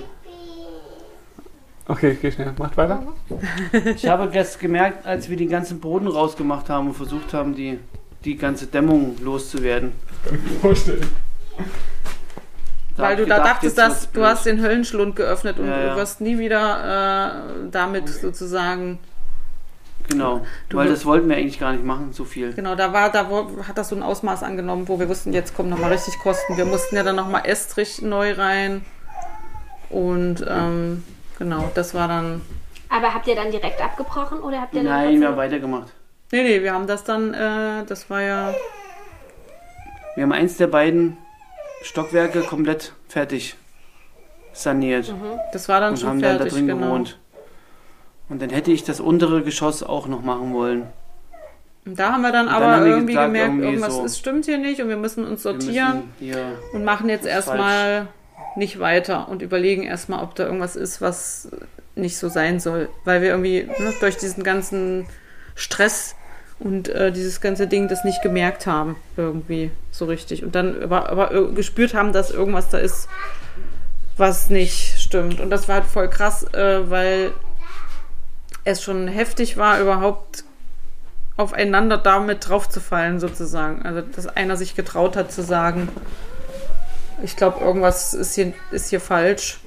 Okay, geh schnell, macht weiter. Ich habe das gemerkt, als wir den ganzen Boden rausgemacht haben und versucht haben, die ganze Dämmung loszuwerden. Das kann ich mir vorstellen. Weil du da dachtest, dass du hast den Höllenschlund geöffnet und du wirst nie wieder damit sozusagen... Genau, weil das wollten wir eigentlich gar nicht machen, so viel. Genau, da hat das so ein Ausmaß angenommen, wo wir wussten, jetzt kommen nochmal richtig Kosten. Wir mussten ja dann nochmal Estrich neu rein und genau, das war dann... Aber habt ihr dann direkt abgebrochen oder habt ihr dann... Nein, wir haben weitergemacht. Nee, wir haben das dann, das war ja... Wir haben eins der beiden Stockwerke komplett fertig saniert. Das war dann und schon haben fertig, dann da drin gewohnt. Und dann hätte ich das untere Geschoss auch noch machen wollen. Und da haben wir dann aber irgendwie gemerkt, irgendwas stimmt hier nicht und wir müssen uns sortieren und machen jetzt erstmal nicht weiter und überlegen erstmal, ob da irgendwas ist, was nicht so sein soll. Weil wir irgendwie durch diesen ganzen Stress und dieses ganze Ding das nicht gemerkt haben, irgendwie so richtig. Und dann aber gespürt haben, dass irgendwas da ist, was nicht stimmt. Und das war halt voll krass, weil es schon heftig war, überhaupt aufeinander damit draufzufallen, sozusagen. Also, dass einer sich getraut hat zu sagen, ich glaube, irgendwas ist hier falsch.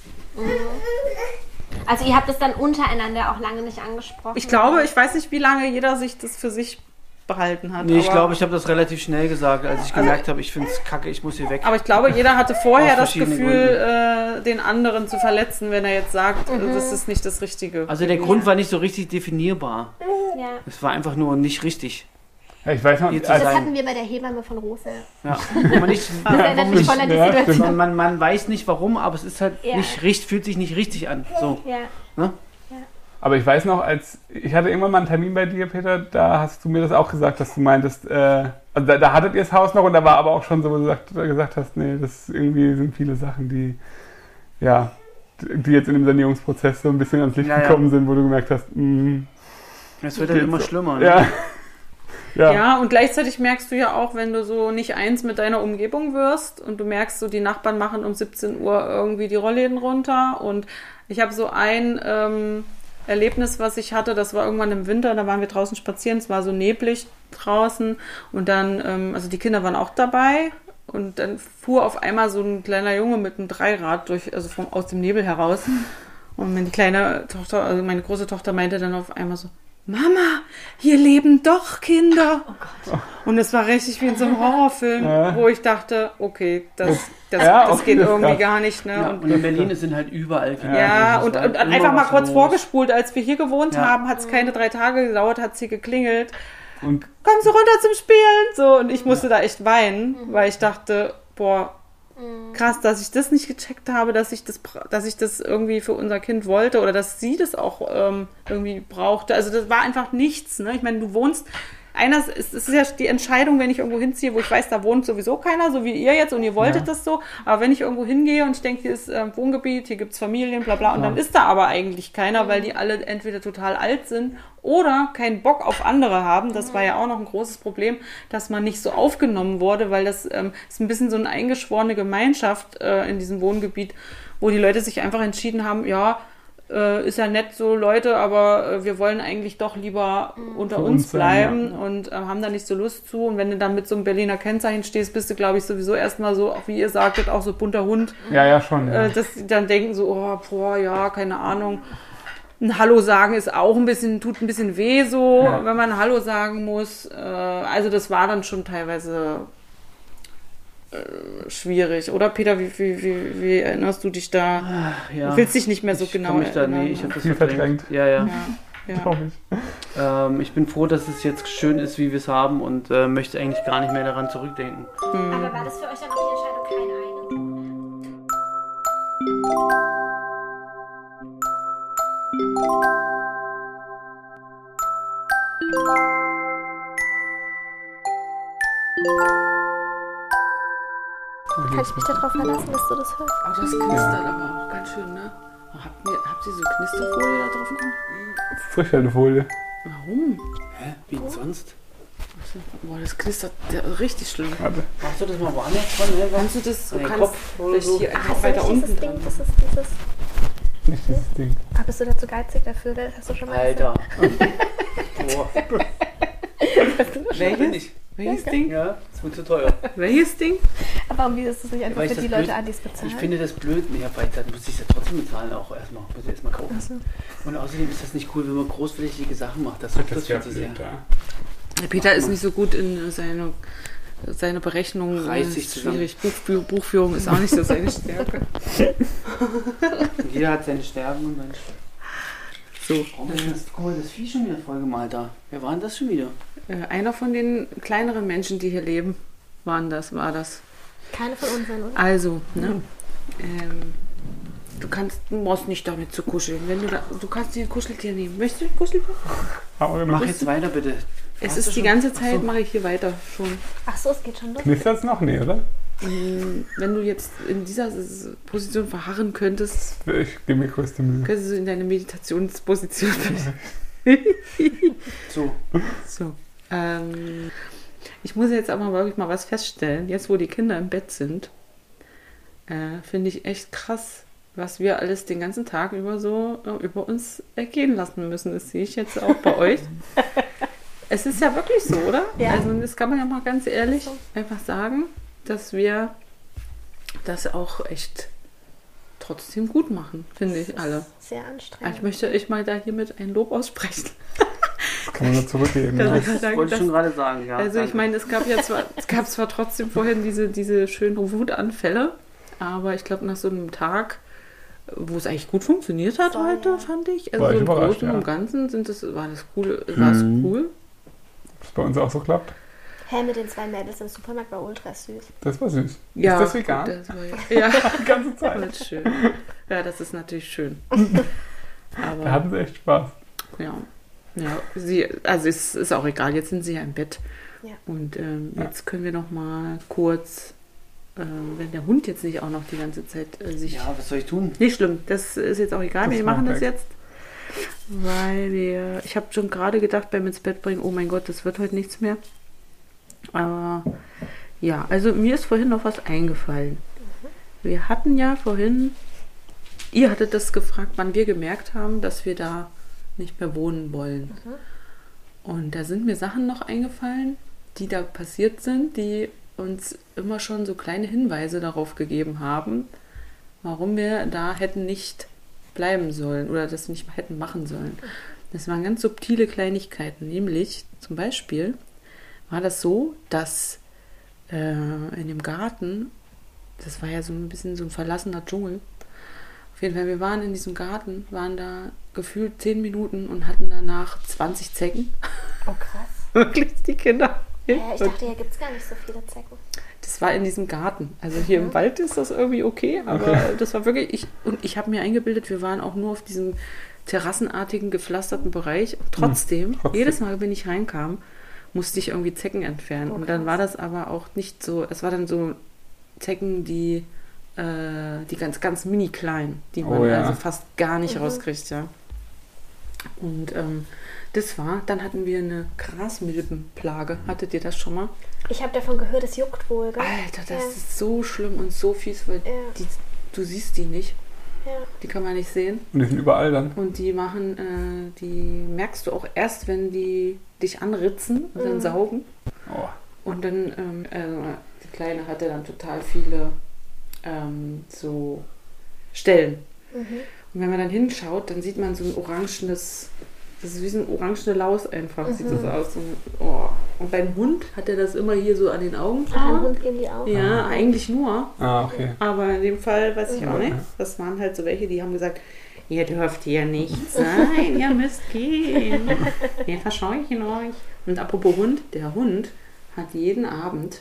Also ihr habt es dann untereinander auch lange nicht angesprochen? Ich glaube, ich weiß nicht, wie lange jeder sich das für sich behalten hat. Nee, ich glaube, ich habe das relativ schnell gesagt, als ich gemerkt habe, ich finde es kacke, ich muss hier weg. Aber ich glaube, jeder hatte vorher das Gefühl, den anderen zu verletzen, wenn er jetzt sagt, das ist nicht das Richtige. Also der Grund war nicht so richtig definierbar. Ja. Es war einfach nur nicht richtig. Ja, ich weiß noch, das hatten wir bei der Hebamme von Rose. Ja, man nicht, das erinnert mich voll an die Situation. Man weiß nicht warum, aber es ist halt nicht richtig, fühlt sich nicht richtig an. So. Ja. Ne? Ja. Aber ich weiß noch, ich hatte irgendwann mal einen Termin bei dir, Peter, da hast du mir das auch gesagt, dass du meintest, also da hattet ihr das Haus noch und da war aber auch schon so, wo du gesagt hast, nee, das irgendwie sind viele Sachen, die jetzt in dem Sanierungsprozess so ein bisschen ans Licht gekommen sind, wo du gemerkt hast, es wird dann immer schlimmer. Ne? Ja. Ja, und gleichzeitig merkst du ja auch, wenn du so nicht eins mit deiner Umgebung wirst und du merkst, so die Nachbarn machen um 17 Uhr irgendwie die Rollläden runter und ich habe so ein Erlebnis, was ich hatte, das war irgendwann im Winter, da waren wir draußen spazieren, es war so neblig draußen und dann, also die Kinder waren auch dabei und dann fuhr auf einmal so ein kleiner Junge mit einem Dreirad aus dem Nebel heraus und meine kleine Tochter, also meine große Tochter meinte dann auf einmal so, Mama, hier leben doch Kinder. Oh Gott. Und es war richtig wie in so einem Horrorfilm, wo ich dachte, okay, das geht irgendwie gar nicht. Ne? Ja, und in Berlin sind halt überall Kinder. Ja, und einfach mal kurz vorgespult, als wir hier gewohnt haben, hat es keine 3 Tage gedauert, hat sie geklingelt. Und kommst du runter zum Spielen? So, und ich musste da echt weinen, weil ich dachte, boah, krass, dass ich das nicht gecheckt habe, dass ich das irgendwie für unser Kind wollte oder dass sie das auch irgendwie brauchte. Also das war einfach nichts. Ne? Ich meine, du wohnst, es ist ja die Entscheidung, wenn ich irgendwo hinziehe, wo ich weiß, da wohnt sowieso keiner, so wie ihr jetzt und ihr wolltet das so. Aber wenn ich irgendwo hingehe und ich denke, hier ist Wohngebiet, hier gibt es Familien, bla bla, und dann ist da aber eigentlich keiner, weil die alle entweder total alt sind oder keinen Bock auf andere haben. Das war ja auch noch ein großes Problem, dass man nicht so aufgenommen wurde, weil das ist ein bisschen so eine eingeschworene Gemeinschaft in diesem Wohngebiet, wo die Leute sich einfach entschieden haben, ist ja nett so Leute, aber wir wollen eigentlich doch lieber unter uns bleiben und haben da nicht so Lust zu. Und wenn du dann mit so einem Berliner Kennzeichen stehst, bist du, glaube ich, sowieso erstmal so, auch wie ihr sagtet, auch so bunter Hund. Ja, schon. Ja. Dass die dann denken so, keine Ahnung. Ein Hallo sagen ist auch tut ein bisschen weh so, wenn man Hallo sagen muss. Also das war dann schon teilweise schwierig, oder Peter? Wie erinnerst du dich da? Ach, ja. Du willst dich nicht mehr so genau erinnern. Ich habe das verdrängt. Ja. Ich bin froh, dass es jetzt schön ist, wie wir es haben und möchte eigentlich gar nicht mehr daran zurückdenken. Aber war das für euch dann auch die Entscheidung, keine eigene? Kann ich mich darauf verlassen, dass du das hörst? Oh, das knistert aber auch ganz schön, ne? Habt ihr so Knisterfolie da drauf gemacht? Frischhaltefolie. Warum? Hä? Wie sonst? Boah, das knistert richtig schlimm. Warte. Machst du das mal woanders dran? Kannst du das so Kopf vielleicht hier einfach Hast du weiter nicht unten dieses Ding? dran? Das ist dieses... Nicht dieses Ding. Bist du dazu geizig dafür? Das hast du schon mal Alter. Boah. Welches? Welches Ding? Ja, das wird zu teuer. Welches Ding? Aber wie ist das nicht einfach für die Leute an, die es bezahlen? Ich finde das blöd, weil dann muss ich es ja trotzdem bezahlen auch erstmal. Muss ich erstmal kaufen. So. Und außerdem ist das nicht cool, wenn man großflächige Sachen macht. Das ist das viel zu sehr. Der Peter ist nicht so gut in seine Berechnung. Reißt sich zusammen. Schwierig. Buchführung ist auch nicht so seine Stärke. Jeder hat seine Stärken und seine Stärken. So. Guck mal, das Vieh schon wieder vollgemalt da. Wer war denn das schon wieder? Einer von den kleineren Menschen, die hier leben, war das. Keine von unseren, oder? Also, ne? Du brauchst nicht damit zu kuscheln. Du kannst dir ein Kuscheltier nehmen. Möchtest du ein Kuscheltier? Mach jetzt weiter, bitte. Es ist die ganze Zeit, mache ich hier weiter schon. Ach so, es geht schon los. Knistert es noch? Nee, oder? Wenn du jetzt in dieser Position verharren könntest, Ich gebe mir größte Mühe. könntest du in deine Meditationsposition. So. Ich muss jetzt aber wirklich mal was feststellen. Jetzt, wo die Kinder im Bett sind, finde ich echt krass, was wir alles den ganzen Tag über so über uns ergehen lassen müssen. Das sehe ich jetzt auch bei euch. Es ist ja wirklich so, oder? Ja. Also das kann man ja mal ganz ehrlich einfach sagen, dass wir das auch echt trotzdem gut machen, finde ich alle. Sehr anstrengend. Ich möchte euch mal da hiermit ein Lob aussprechen. Das kann man nur zurückgeben. Das Ja. ist- Das wollte ich schon gerade sagen, ja. Also ich meine, es gab zwar trotzdem vorhin diese schönen Wutanfälle, aber ich glaube nach so einem Tag, wo es eigentlich gut funktioniert hat Voll, heute, ja. fand ich. War Also ich so im überrascht, Großen und ja. Ganzen war das cool. Ob es bei uns auch so klappt? Hä, mit den 2 Mädels im Supermarkt war ultra süß. Das war süß. Ja, ist das vegan? Das war, ja, Die ganze Zeit. voll schön. Ja, das ist natürlich schön. Aber Da hatten sie echt Spaß. ja, also es ist auch egal, jetzt sind sie ja im Bett. Ja. Und jetzt können wir noch mal kurz, wenn der Hund jetzt nicht auch noch die ganze Zeit sich... Ja, was soll ich tun? Nicht schlimm, das ist jetzt auch egal, Das wir macht machen das nichts. jetzt. Weil ich habe schon gerade gedacht beim ins Bett bringen, oh mein Gott, das wird heute nichts mehr. Aber ja, also mir ist vorhin noch was eingefallen. Wir hatten ja vorhin, ihr hattet das gefragt, wann wir gemerkt haben, dass wir da nicht mehr wohnen wollen. Und da sind mir Sachen noch eingefallen, die da passiert sind, die uns immer schon so kleine Hinweise darauf gegeben haben, warum wir da hätten nicht bleiben sollen oder das nicht hätten machen sollen. Das waren ganz subtile Kleinigkeiten, nämlich zum Beispiel war das so, dass in dem Garten, das war ja so ein bisschen so ein verlassener Dschungel, auf jeden Fall, wir waren in diesem Garten, waren da gefühlt 10 Minuten und hatten danach 20 Zecken. Oh, krass. Wirklich, die Kinder. Ich dachte, hier gibt es gar nicht so viele Zecken. Das war in diesem Garten. Also hier im Wald ist das irgendwie okay, aber das war wirklich, ich habe mir eingebildet, wir waren auch nur auf diesem terrassenartigen, gepflasterten Bereich. Und trotzdem, jedes Mal, wenn ich reinkam, musste ich irgendwie Zecken entfernen. Und dann war das aber auch nicht so, es war dann so Zecken, die ganz, ganz mini klein, die man also fast gar nicht rauskriegt, ja. Und dann hatten wir eine Grasmilbenplage. Hattet ihr das schon mal? Ich habe davon gehört, es juckt wohl, gell? Alter, das ist so schlimm und so fies, weil du siehst die nicht. Ja. Die kann man nicht sehen. Und die sind überall dann. Und die die merkst du auch erst, wenn die dich anritzen und dann saugen. Oh. Und dann, die Kleine hatte dann total viele so Stellen. Und wenn man dann hinschaut, dann sieht man so ein orangenes, das ist wie so ein orangene Laus einfach, sieht das aus. Und beim Hund hat er das immer hier so an den Augen. Beim Hund gehen die auch. Ja, eigentlich nur. Ah, okay. Aber in dem Fall weiß ich auch nicht. Das waren halt so welche, die haben gesagt, ihr dürft hier nicht sein, ihr müsst gehen. Wir verscheuchen euch. Und apropos Hund, der Hund hat jeden Abend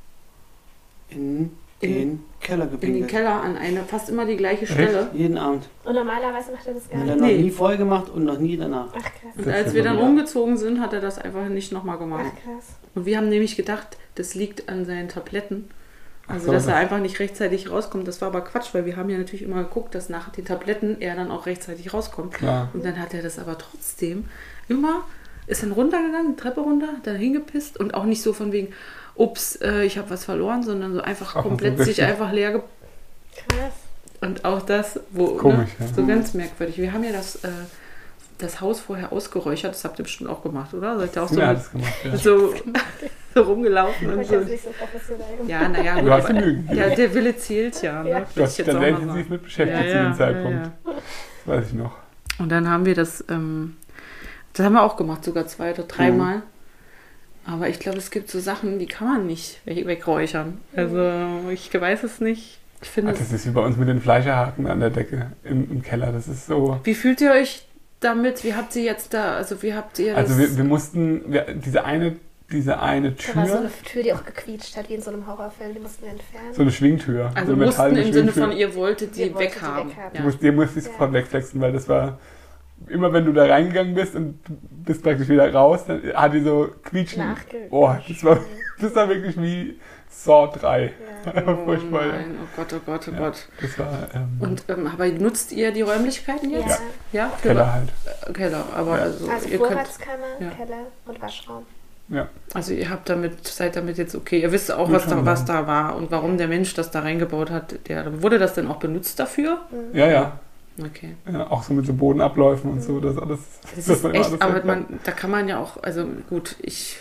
In den Keller in den gepinkelt. Keller an eine fast immer die gleiche Stelle. Jeden Abend. Und normalerweise macht er das gar Hat er nicht. noch Nee. nie vorher gemacht und noch nie danach. Ach, krass. Und Das als ist wir ja dann wieder- umgezogen sind, hat er das einfach nicht nochmal gemacht. Ach, krass. Und wir haben nämlich gedacht, das liegt an seinen Tabletten. Also, so, dass er das- einfach nicht rechtzeitig rauskommt. Das war aber Quatsch, weil wir haben ja natürlich immer geguckt, dass nach den Tabletten er dann auch rechtzeitig rauskommt. Klar. Und dann hat er das aber trotzdem immer, ist dann runtergegangen, die Treppe runter, dann hingepisst und auch nicht so von wegen, ups, ich habe was verloren, sondern so einfach Ach, komplett so sich richtig. einfach leer Krass. und auch das, wo Komisch, ja. so ganz merkwürdig. Wir haben ja das Haus vorher ausgeräuchert, das habt ihr bestimmt auch gemacht, oder? Seid ihr auch so, Ja, das gemacht, ja. so rumgelaufen und Ich so. habe nicht so professionell gemacht. Ja, naja, Du hast genügend. ja, der Wille zählt ja. Ne? Ja. Würde Du hast ich dich jetzt da auch sehr mal intensiv sagen. mit beschäftigt Ja, zu ja, dem Zeitpunkt. ja. Das weiß ich noch. Und dann haben wir das haben wir auch gemacht, sogar 2 oder 3 Mal. Aber ich glaube, es gibt so Sachen, die kann man nicht wegräuchern. Also ich weiß es nicht. Ich finde Ach, das ist wie bei uns mit den Fleischerhaken an der Decke im Keller. Das ist so. Wie fühlt ihr euch damit? Wie habt ihr jetzt da, also wie habt ihr das? Also wir mussten, diese eine Da war so Tür, eine Tür, die auch gequietscht hat, wie in so einem Horrorfilm, die mussten wir entfernen. so eine Schwingtür. also so eine mussten metallene im Sinne Schwingtür. von, ihr wolltet die Ihr wolltet die weghaben. weghaben. Ja. Die musste ich sofort wegflexen, weil das war, immer wenn du da reingegegangen bist und du bist praktisch wieder raus, dann hat die so quietschen. Nachge- Oh, das war wirklich wie Saw 3. Oh Furchtbar. nein, oh Gott, oh Gott, oh Ja. Gott. Das war Und aber nutzt ihr die Räumlichkeiten jetzt? Ja. Ja, Keller halt. Keller, aber Ja. also, Also ihr könnt, Vorratskammer, ja. Keller und Waschraum. Ja. also ihr seid damit jetzt okay. Ihr wisst auch, was da war und warum der Mensch das da reingebaut hat. Wurde das denn auch benutzt dafür? Ja, ja. Okay. Ja, auch so mit so Bodenabläufen und so, das alles. Das dass ist man immer echt, alles aber wegmacht. da kann man ja auch, also gut,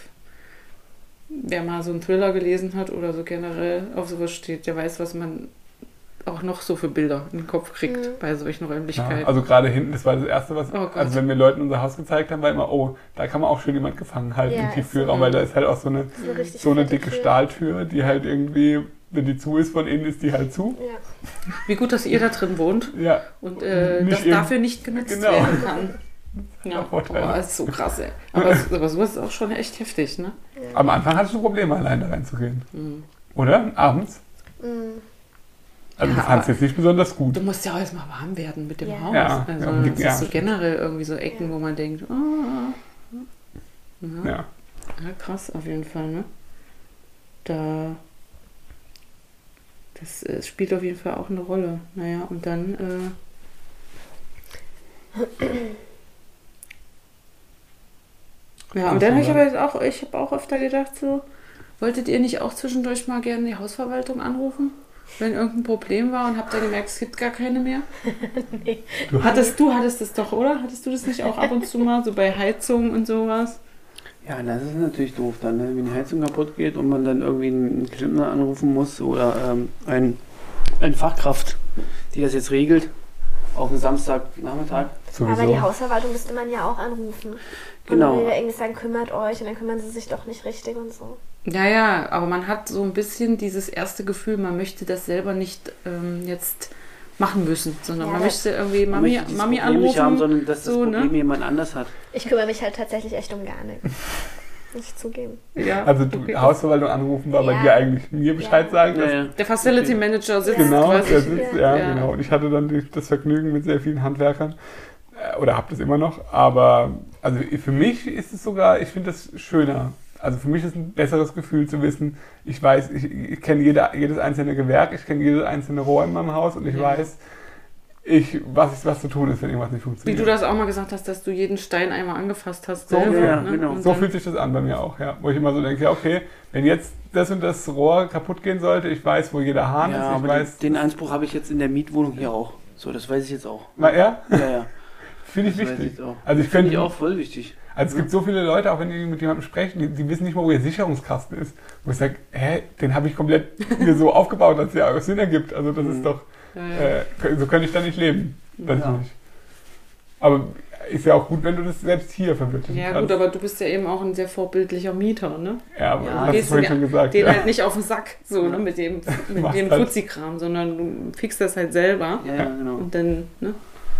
wer mal so einen Thriller gelesen hat oder so generell auf sowas steht, der weiß, was man auch noch so für Bilder in den Kopf kriegt bei solchen Räumlichkeiten. Ja, also gerade hinten, das war das Erste, was, Oh Gott. also wenn wir Leuten unser Haus gezeigt haben, war immer, oh, da kann man auch schön jemand gefangen halten Ja, im ist Tiefkühlraum, so. weil da ist halt auch so eine Richtig dicke fette Tür. Stahltür, die halt irgendwie, wenn die zu ist, von innen ist die halt zu. Ja. Wie gut, dass ihr da drin wohnt Ja, und Nicht das eben. dafür nicht genutzt Genau. werden kann. Ja, auch Vorteile. boah, das ist so krass, ey. Aber sowas ist auch schon echt heftig, ne? am Anfang hattest du Probleme, allein da reinzugehen. Mhm. Oder? Abends? Mhm. Also du fandst jetzt nicht besonders gut. Du musst ja auch erstmal warm werden mit dem Ja. Haus. Ja, Also ja, das ja. ist so generell irgendwie so Ecken, wo man denkt, ja. Ja. Ja, krass auf jeden Fall, ne? Das spielt auf jeden Fall auch eine Rolle. Naja, und dann ja, und dann habe ich aber jetzt auch, ich habe auch öfter gedacht so, wolltet ihr nicht auch zwischendurch mal gerne die Hausverwaltung anrufen? Wenn irgendein Problem war und habt ihr gemerkt, es gibt gar keine mehr? Nee. Du hattest das doch, oder? Hattest du das nicht auch ab und zu mal, so bei Heizung und sowas? Ja, das ist natürlich doof dann, ne? Wenn die Heizung kaputt geht und man dann irgendwie einen Klempner anrufen muss oder eine Fachkraft, die das jetzt regelt, auf einen Samstagnachmittag. Sowieso. Aber die Hausverwaltung müsste man ja auch anrufen. Genau. Und man will ja irgendwie sagen, kümmert euch und dann kümmern sie sich doch nicht richtig und so. Ja, aber man hat so ein bisschen dieses erste Gefühl, man möchte das selber nicht jetzt machen müssen, sondern Ja, man das- möchte irgendwie Man Mami möchte dieses anrufen. Problem nicht haben, sondern dass das so, Problem ne? jemand anders hat. Ich kümmere mich halt tatsächlich echt um gar nichts. Muss ich zugeben. Ja, Also du, okay. Hausverwaltung anrufen war bei Ja. dir eigentlich mir Bescheid Ja. sagen. Ja, dass- ja. Der Facility Manager sitzt Genau, quasi. der sitzt, ja, Ja. genau. Und ich hatte dann das Vergnügen mit sehr vielen Handwerkern. Oder habe das immer noch. Aber also für mich ist es sogar, ich finde das schöner. Also für mich ist es ein besseres Gefühl zu wissen, ich weiß, ich kenne jedes einzelne Gewerk, ich kenne jedes einzelne Rohr in meinem Haus und ich weiß, was zu tun ist, wenn irgendwas nicht Wie funktioniert. du das auch mal gesagt hast, dass du jeden Stein einmal angefasst hast. So, selber, ja, ne? genau. Und So dann- fühlt sich das an bei mir auch, ja. Wo ich immer so denke, ja, okay, wenn jetzt das und das Rohr kaputt gehen sollte, ich weiß, wo jeder Hahn Ja, ist, ich aber weiß. den Anspruch habe ich jetzt in der Mietwohnung hier auch. So, das weiß ich jetzt auch. Na ja, Ja, ja. finde ich Das weiß wichtig. ich auch. Also ich Finde könnte ich auch voll wichtig. Also es gibt so viele Leute, auch wenn die mit jemandem sprechen, die wissen nicht mal, wo ihr Sicherungskasten ist. Wo ich sage, den habe ich komplett mir so aufgebaut, dass der Sinn ergibt. Also das ist doch, so könnte ich da nicht leben. Das Ja. nicht. Aber ist ja auch gut, wenn du das selbst hier verwirklichen Ja kannst. gut, aber du bist ja eben auch ein sehr vorbildlicher Mieter, ne? Ja, aber Ja, das hast du gehst vorhin du schon gesagt. Den Ja. halt nicht auf den Sack, so, ne, mit dem Machst halt. Fuzzi-Kram, sondern du fixst das halt selber. Ja, ja, genau. Und dann, ne?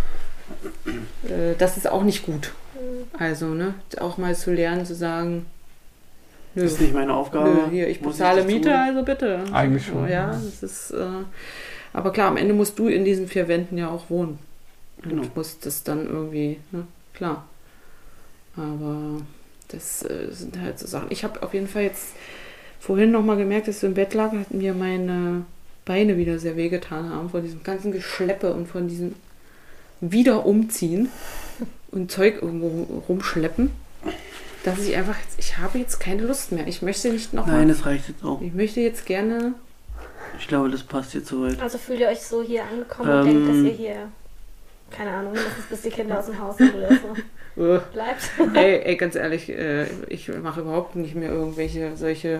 Das ist auch nicht gut. Also, ne? Auch mal zu lernen, zu sagen, nö, Das ist nicht meine Aufgabe. nö hier, ich Muss bezahle das tun? Miete, also bitte. Eigentlich So, schon. ja, das ist, aber klar, am Ende musst du in diesen 4 Wänden ja auch wohnen. Und Genau. musst das dann irgendwie, ne? Klar. Aber das sind halt so Sachen. Ich habe auf jeden Fall jetzt vorhin nochmal gemerkt, dass du im Bett lag, hatten mir meine Beine wieder sehr wehgetan haben, von diesem ganzen Geschleppe und von diesem Wiederumziehen und Zeug irgendwo rumschleppen, dass ich einfach jetzt, ich habe jetzt keine Lust mehr. Ich möchte nicht nochmal. Nein, das reicht jetzt auch. Ich möchte jetzt gerne. Ich glaube, das passt jetzt soweit. Also fühlt ihr euch so hier angekommen und denkt, dass ihr hier, keine Ahnung, mindestens bis die Kinder aus dem Haus sind oder so bleibt? Ey, ganz ehrlich, ich mache überhaupt nicht mehr irgendwelche solche.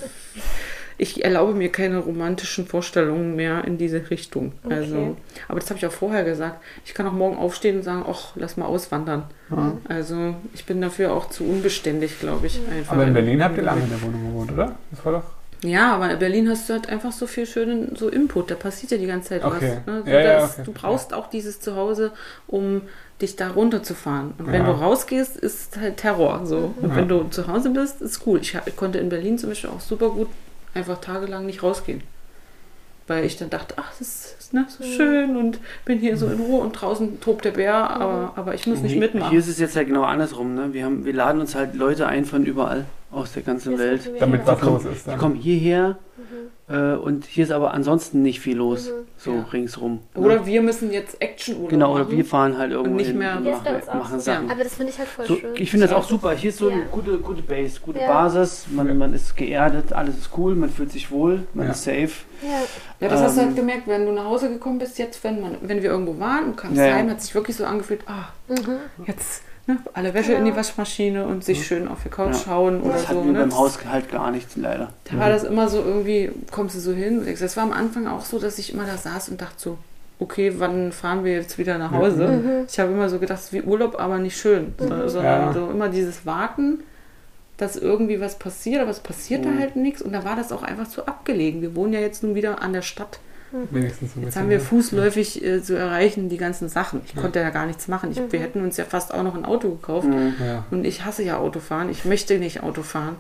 Ich erlaube mir keine romantischen Vorstellungen mehr in diese Richtung. Okay. Also, aber das habe ich auch vorher gesagt. Ich kann auch morgen aufstehen und sagen, ach, lass mal auswandern. Ja. Also ich bin dafür auch zu unbeständig, glaube ich. Einfach. Aber in Berlin habt ihr lange in der Wohnung gewohnt, oder? Das war doch... Ja, aber in Berlin hast du halt einfach so viel schönen so Input. Da passiert ja die ganze Zeit Okay. was. Ne? So, Ja, ja, das, okay. Du brauchst auch dieses Zuhause, um dich da runterzufahren. Und wenn Ja. du rausgehst, ist halt Terror. So. Und Ja. wenn du zu Hause bist, ist cool. Ich konnte in Berlin zum Beispiel auch super gut einfach tagelang nicht rausgehen. Weil ich dann dachte, ach, das ist ne, so schön und bin hier so in Ruhe und draußen tobt der Bär, aber ich muss nicht mitmachen. Hier ist es jetzt ja genau andersrum. Ne? Wir laden uns halt Leute ein von überall aus der ganzen Hier Welt. sind wir Damit wieder. was los ist Die dann. kommen hierher und hier ist aber ansonsten nicht viel los. So Ja. ringsrum. Oder wir müssen jetzt Actionurlaub Genau, machen. oder wir fahren halt irgendwo nicht hin mehr- und Hier ist bei uns auch machen so. Sachen. Aber das finde ich halt voll So, schön. ich finde das auch super. Hier ist so eine Ja. gute Base, gute Ja. Basis. Man ist geerdet, alles ist cool, man fühlt sich wohl, man Ja. ist safe. Ja. Ja, das hast du Ähm, halt gemerkt, wenn du nach Hause gekommen bist, jetzt, wenn wir irgendwo waren und kamst Ja, ja. heim, hat sich wirklich so angefühlt, jetzt ne, alle Wäsche in die Waschmaschine und sich schön auf die Couch Ja. schauen oder Das so. hatten wir Ne? beim Haus halt gar nichts, leider. Da war das immer so irgendwie, kommst du so hin. Das war am Anfang auch so, dass ich immer da saß und dachte so, okay, wann fahren wir jetzt wieder nach Hause? Ich habe immer so gedacht, es ist wie Urlaub, aber nicht schön. Sondern Ja. so immer dieses Warten, dass irgendwie was passiert, aber es passiert da halt nichts. Und da war das auch einfach zu abgelegen. Wir wohnen ja jetzt nun wieder an der Stadt. Wenigstens so ein Jetzt bisschen. haben wir fußläufig zu erreichen die ganzen Sachen. Ich konnte ja gar nichts machen. Wir hätten uns ja fast auch noch ein Auto gekauft. Ja. Und ich hasse ja Autofahren. Ich möchte nicht Auto fahren.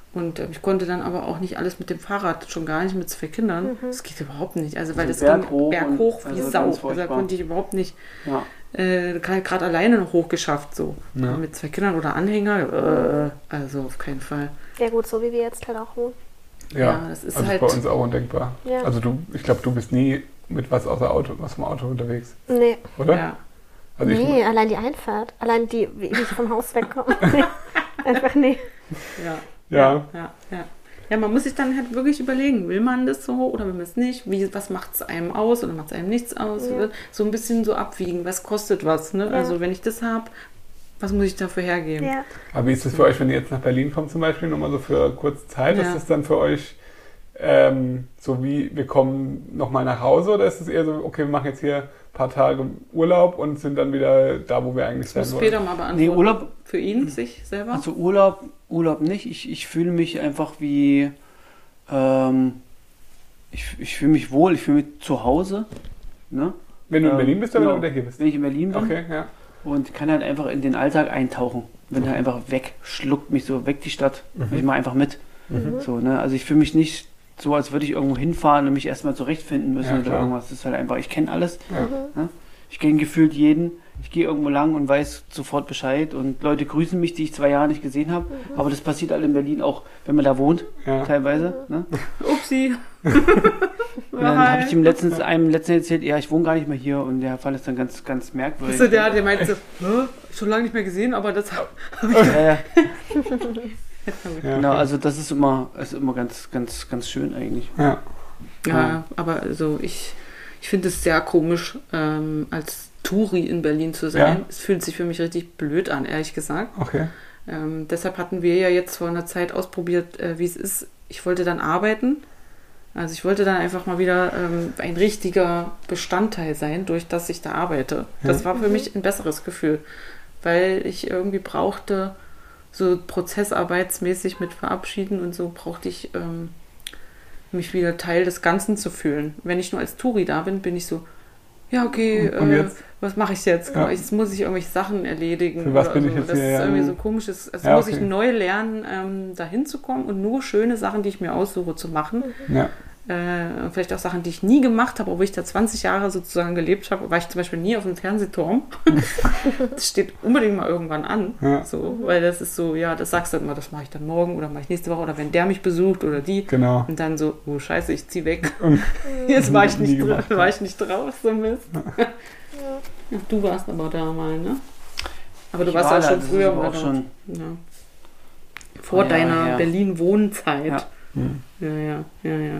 Und ich konnte dann aber auch nicht alles mit dem Fahrrad, schon gar nicht mit 2 Kindern. Das geht überhaupt nicht. Also, weil Also das Berg hoch ging berghoch und- wie also Sau. ganz Also, da furchtbar. konnte ich überhaupt nicht, Ja. gerade alleine noch hochgeschafft, so. Ja. Aber mit 2 Kindern oder Anhänger, also auf keinen Fall. Ja gut, so wie wir jetzt halt auch wohnen. Ja, das ist also halt- bei uns auch undenkbar. Ja. Also ich glaube, du bist nie mit was außer Auto, was vom Auto unterwegs, Nee, oder? Ja. Also nee, allein die Einfahrt. Allein wie ich vom Haus wegkomme. Nee. Einfach nee. Ja. Ja, man muss sich dann halt wirklich überlegen, will man das so oder will man es nicht? Was macht es einem aus oder macht es einem nichts aus? Ja. So ein bisschen so abwiegen, was kostet was, ne? Ja. Also wenn ich das habe, was muss ich dafür hergeben? Ja. Aber wie ist das für euch, wenn ihr jetzt nach Berlin kommt zum Beispiel, nochmal so für kurze Zeit? Ja. Ist das dann für euch so wie, wir kommen nochmal nach Hause oder ist es eher so, okay, wir machen jetzt hier ein paar Tage Urlaub und sind dann wieder da, wo wir eigentlich Das sein muss wollen? Peter mal beantworten. Nee, Urlaub, Für ihn, sich selber? also Urlaub nicht. Ich fühle mich einfach wie, ich fühle mich wohl, ich fühle mich zu Hause. Ne? Wenn du in Berlin bist oder genau. wenn du wieder hier bist? Wenn ich in Berlin bin Okay, ja. und kann halt einfach in den Alltag eintauchen. Bin halt einfach weg, schluckt mich so weg die Stadt. Ich mache einfach mit. So, ne? Also ich fühle mich nicht so, als würde ich irgendwo hinfahren und mich erstmal zurechtfinden müssen Ja, oder klar. irgendwas. Das ist halt einfach, ich kenne alles. Ja. Ne? Ich kenne gefühlt jeden. Ich gehe irgendwo lang und weiß sofort Bescheid und Leute grüßen mich, die ich 2 Jahre nicht gesehen habe. Aber das passiert halt in Berlin auch, wenn man da wohnt, Ja. teilweise. Ne? Upsi. Und dann habe ich ihm letztens erzählt, ja, ich wohne gar nicht mehr hier und der fand es dann ganz, ganz merkwürdig. Also der meinte so, schon lange nicht mehr gesehen, aber das Ja, Ja. genau, also das ist immer ganz, ganz, ganz schön eigentlich. Ja. Ja, aber also ich finde es sehr komisch, als Touri in Berlin zu sein. Ja. Es fühlt sich für mich richtig blöd an, ehrlich gesagt. Okay. Deshalb hatten wir ja jetzt vor einer Zeit ausprobiert, wie es ist. Ich wollte dann arbeiten. Also ich wollte dann einfach mal wieder ein richtiger Bestandteil sein, durch das ich da arbeite. Das war für mich ein besseres Gefühl, weil ich irgendwie brauchte, so prozessarbeitsmäßig mit Verabschieden und so, brauchte ich mich wieder Teil des Ganzen zu fühlen. Wenn ich nur als Touri da bin, bin ich so, ja okay, Und jetzt? was mache ich jetzt? Ja. Jetzt muss ich irgendwelche Sachen erledigen. Für was oder bin so. ich jetzt das hier, ist ja. irgendwie so komisch. Also Ja, muss okay. ich neu lernen, dahin zu kommen und nur schöne Sachen, die ich mir aussuche, zu machen. Ja. Vielleicht auch Sachen, die ich nie gemacht habe, obwohl ich da 20 Jahre sozusagen gelebt habe, war ich zum Beispiel nie auf dem Fernsehturm. Das steht unbedingt mal irgendwann an. Ja. So, weil das ist so, ja, das sagst du dann mal, das mache ich dann morgen oder mache ich nächste Woche oder wenn der mich besucht oder die. Genau. Und dann so, oh scheiße, ich zieh weg. Und Jetzt war ich nie nicht, gemacht, war ich nicht drauf, so Mist. Ja, du warst aber da mal, ne? Aber du Ich warst war auch da, schon das ist früher aber mal auch dort. schon- Ja. Vor Ja, deiner ja. Berlin-Wohnzeit. Ja. Ja.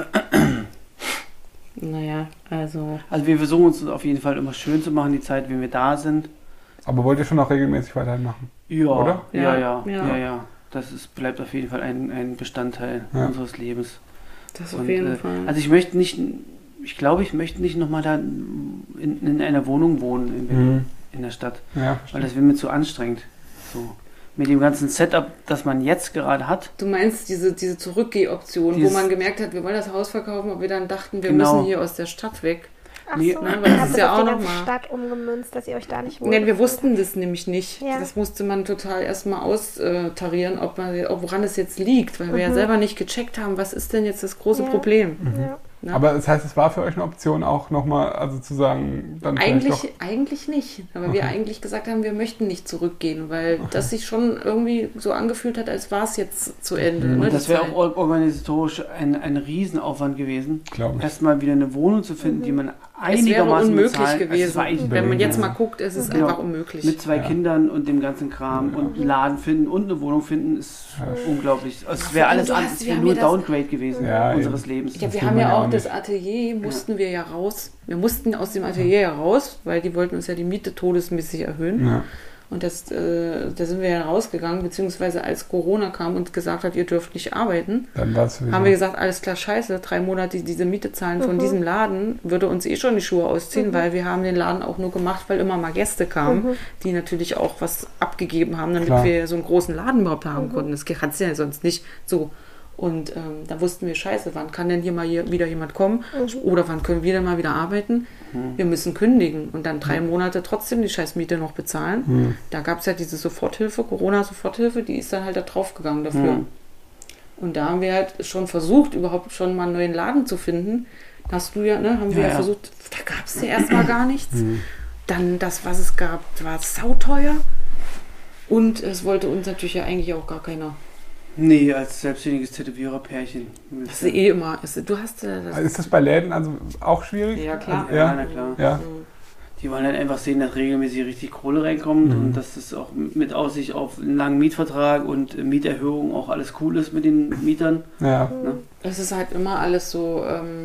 Naja, also. Also wir versuchen uns auf jeden Fall immer schön zu machen, die Zeit, wenn wir da sind. Aber wollt ihr schon auch regelmäßig weiterhin machen? Ja, Oder? ja. Das bleibt auf jeden Fall ein Bestandteil Ja. unseres Lebens. Das auf Und, jeden Fall. Also ich möchte nicht nochmal da in einer Wohnung wohnen in Berlin, in der Stadt. Ja, Weil verstehe. das wäre mir zu anstrengend. So. Mit dem ganzen Setup, das man jetzt gerade hat. Du meinst diese Zurückgeh-Option, wo Dieses- man gemerkt hat, wir wollen das Haus verkaufen, aber wir dann dachten, wir Genau. müssen hier aus der Stadt weg. Ach Nee, so, ne, weil das habt ist ihr ja auf auch die noch ganze mal- Stadt umgemünzt, dass ihr euch da nicht wohl Nein, wir wussten das nämlich nicht. Ja. Das musste man total erstmal austarieren, woran es jetzt liegt, weil wir ja selber nicht gecheckt haben, was ist denn jetzt das große Ja. Problem. Ja. Ne? Aber das heißt, es war für euch eine Option auch nochmal, also zu sagen, dann vielleicht doch. Eigentlich nicht. Aber Okay. wir eigentlich gesagt haben, wir möchten nicht zurückgehen, weil das sich schon irgendwie so angefühlt hat, als war es jetzt zu Ende. Ne, Und das die wäre Zeit. auch organisatorisch ein Riesenaufwand gewesen, Glaube ich. erstmal wieder eine Wohnung zu finden, die man Es wäre einigermaßen unmöglich bezahlen. Also es gewesen. war eigentlich Wenn man jetzt ja. mal guckt, es ist Genau. einfach unmöglich. mit 2 Ja. Kindern und dem ganzen Kram und einen Laden finden und eine Wohnung finden, ist unglaublich. Also es wäre alles du hast- anders, es wir wäre haben nur ja das- Downgrade gewesen Ja, unseres eben. Lebens. Ja, Das wir will haben man ja ja auch auch das nicht. Atelier, mussten wir ja raus. Wir mussten aus dem Atelier ja raus, weil die wollten uns ja die Miete todesmäßig erhöhen. Ja. Und da sind wir ja rausgegangen, beziehungsweise als Corona kam und gesagt hat, ihr dürft nicht arbeiten, Dann war es sowieso. haben wir gesagt, alles klar, scheiße, 3 Monate diese Miete zahlen von diesem Laden, würde uns eh schon die Schuhe ausziehen, weil wir haben den Laden auch nur gemacht, weil immer mal Gäste kamen, die natürlich auch was abgegeben haben, damit Klar. wir so einen großen Laden überhaupt haben konnten. Das hat es ja sonst nicht so. Und da wussten wir, scheiße, wann kann denn hier wieder jemand kommen? Oder wann können wir denn mal wieder arbeiten? Wir müssen kündigen und dann 3 Monate trotzdem die scheiß Miete noch bezahlen. Da gab es ja diese Soforthilfe, Corona-Soforthilfe, die ist dann halt da draufgegangen dafür. Und da haben wir halt schon versucht, überhaupt schon mal einen neuen Laden zu finden. Hast du ja, ne, haben wir ja versucht, da gab es ja erstmal gar nichts. Dann das, was es gab, war sauteuer. Und es wollte uns natürlich ja eigentlich auch gar keiner. Nee, als selbstständiges Tätowierer-Pärchen. Das ist immer. Du hast das. Ist das bei Läden also auch schwierig? Ja, klar. Also, ja, na klar. Ja. Die wollen halt einfach sehen, dass regelmäßig richtig Kohle reinkommt und dass das auch mit Aussicht auf einen langen Mietvertrag und Mieterhöhung auch alles cool ist mit den Mietern. Ja. Ne? Es ist halt immer alles so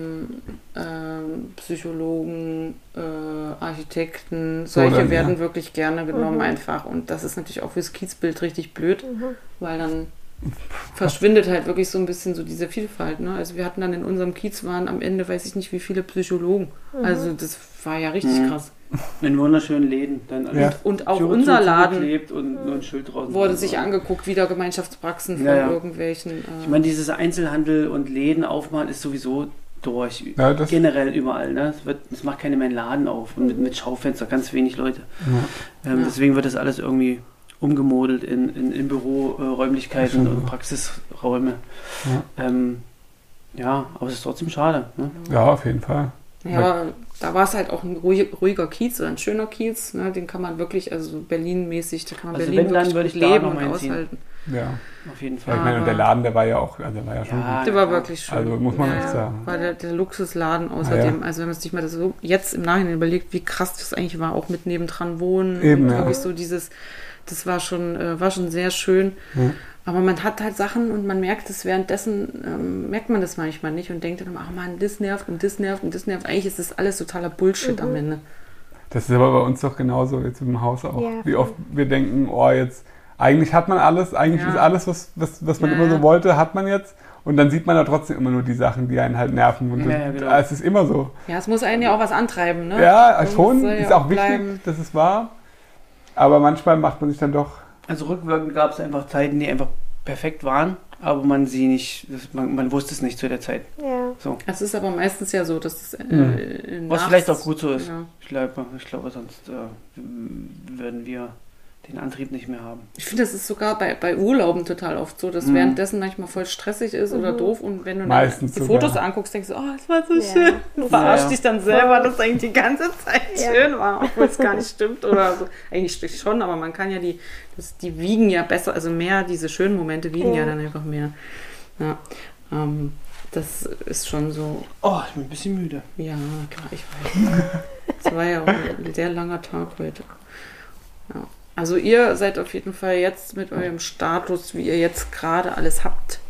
Psychologen, Architekten, solche dann, werden wirklich gerne genommen einfach. Und das ist natürlich auch fürs Kiezbild richtig blöd, weil dann verschwindet halt wirklich so ein bisschen so diese Vielfalt. Ne? Also wir hatten dann in unserem Kiez waren am Ende, weiß ich nicht, wie viele Psychologen. Also das war ja richtig krass. In wunderschönen Läden. Dann Und auch unser Laden und nur ein Schild draußen. wurde sich angeguckt, wieder Gemeinschaftspraxen von irgendwelchen. Ich meine, dieses Einzelhandel und Läden aufmachen ist sowieso durch. Ja, Generell überall. Ne? Es macht keiner mehr einen Laden auf. Und mit Schaufenster, ganz wenig Leute. Deswegen wird das alles irgendwie umgemodelt in Büroräumlichkeiten und Praxisräume. Aber es ist trotzdem schade. Ne? Ja, auf jeden Fall. Ja, da war es halt auch ein ruhiger Kiez oder ein schöner Kiez. Ne? Den kann man wirklich, also Berlin-mäßig, da kann man Also Berlin wenn, dann wirklich würde ich leben da noch und einziehen. aushalten. Ja. Auf jeden Ja, Fall. ich meine, und der Laden, der war ja auch, also der war ja schon gut. Der war wirklich schön. Also muss man echt sagen. War der Luxusladen außerdem. Also wenn man sich mal das so jetzt im Nachhinein überlegt, wie krass das eigentlich war, auch mit nebendran wohnen. Eben, und wirklich so dieses, das war schon sehr schön. Ja. Aber man hat halt Sachen und man merkt es währenddessen, merkt man das manchmal nicht und denkt dann immer, ach man, das nervt und das nervt und das nervt. Eigentlich ist das alles totaler Bullshit am Ende. Das ist aber bei uns doch genauso jetzt im Haus auch. Ja. Wie oft wir denken, oh jetzt, eigentlich hat man alles, eigentlich ist alles, was man immer so wollte, hat man jetzt. Und dann sieht man da trotzdem immer nur die Sachen, die einen halt nerven. Und genau. Es ist immer so. Ja, es muss einen ja auch was antreiben, ne? Ja, schon, ist auch wichtig, dass es war. Aber manchmal macht man sich dann doch... Also rückwirkend gab es einfach Zeiten, die einfach perfekt waren, aber man sie nicht, man wusste es nicht zu der Zeit. Ja. So. Es ist aber meistens ja so, dass es was vielleicht auch gut so ist. Ja. Ich glaube, sonst würden wir den Antrieb nicht mehr haben. Ich finde, das ist sogar bei Urlauben total oft so, dass währenddessen manchmal voll stressig ist oder doof und wenn du dann die Fotos anguckst, denkst du, oh, das war so schön. Du verarschst dich dann selber, dass es eigentlich die ganze Zeit schön war, obwohl es gar nicht stimmt oder so. Eigentlich schon, aber man kann ja die wiegen ja besser, also mehr, diese schönen Momente wiegen ja dann einfach mehr. Ja, das ist schon so. Oh, ich bin ein bisschen müde. Ja, klar, ich weiß. Es war ja auch ein sehr langer Tag heute. Ja. Also ihr seid auf jeden Fall jetzt mit eurem Status, wie ihr jetzt gerade alles habt,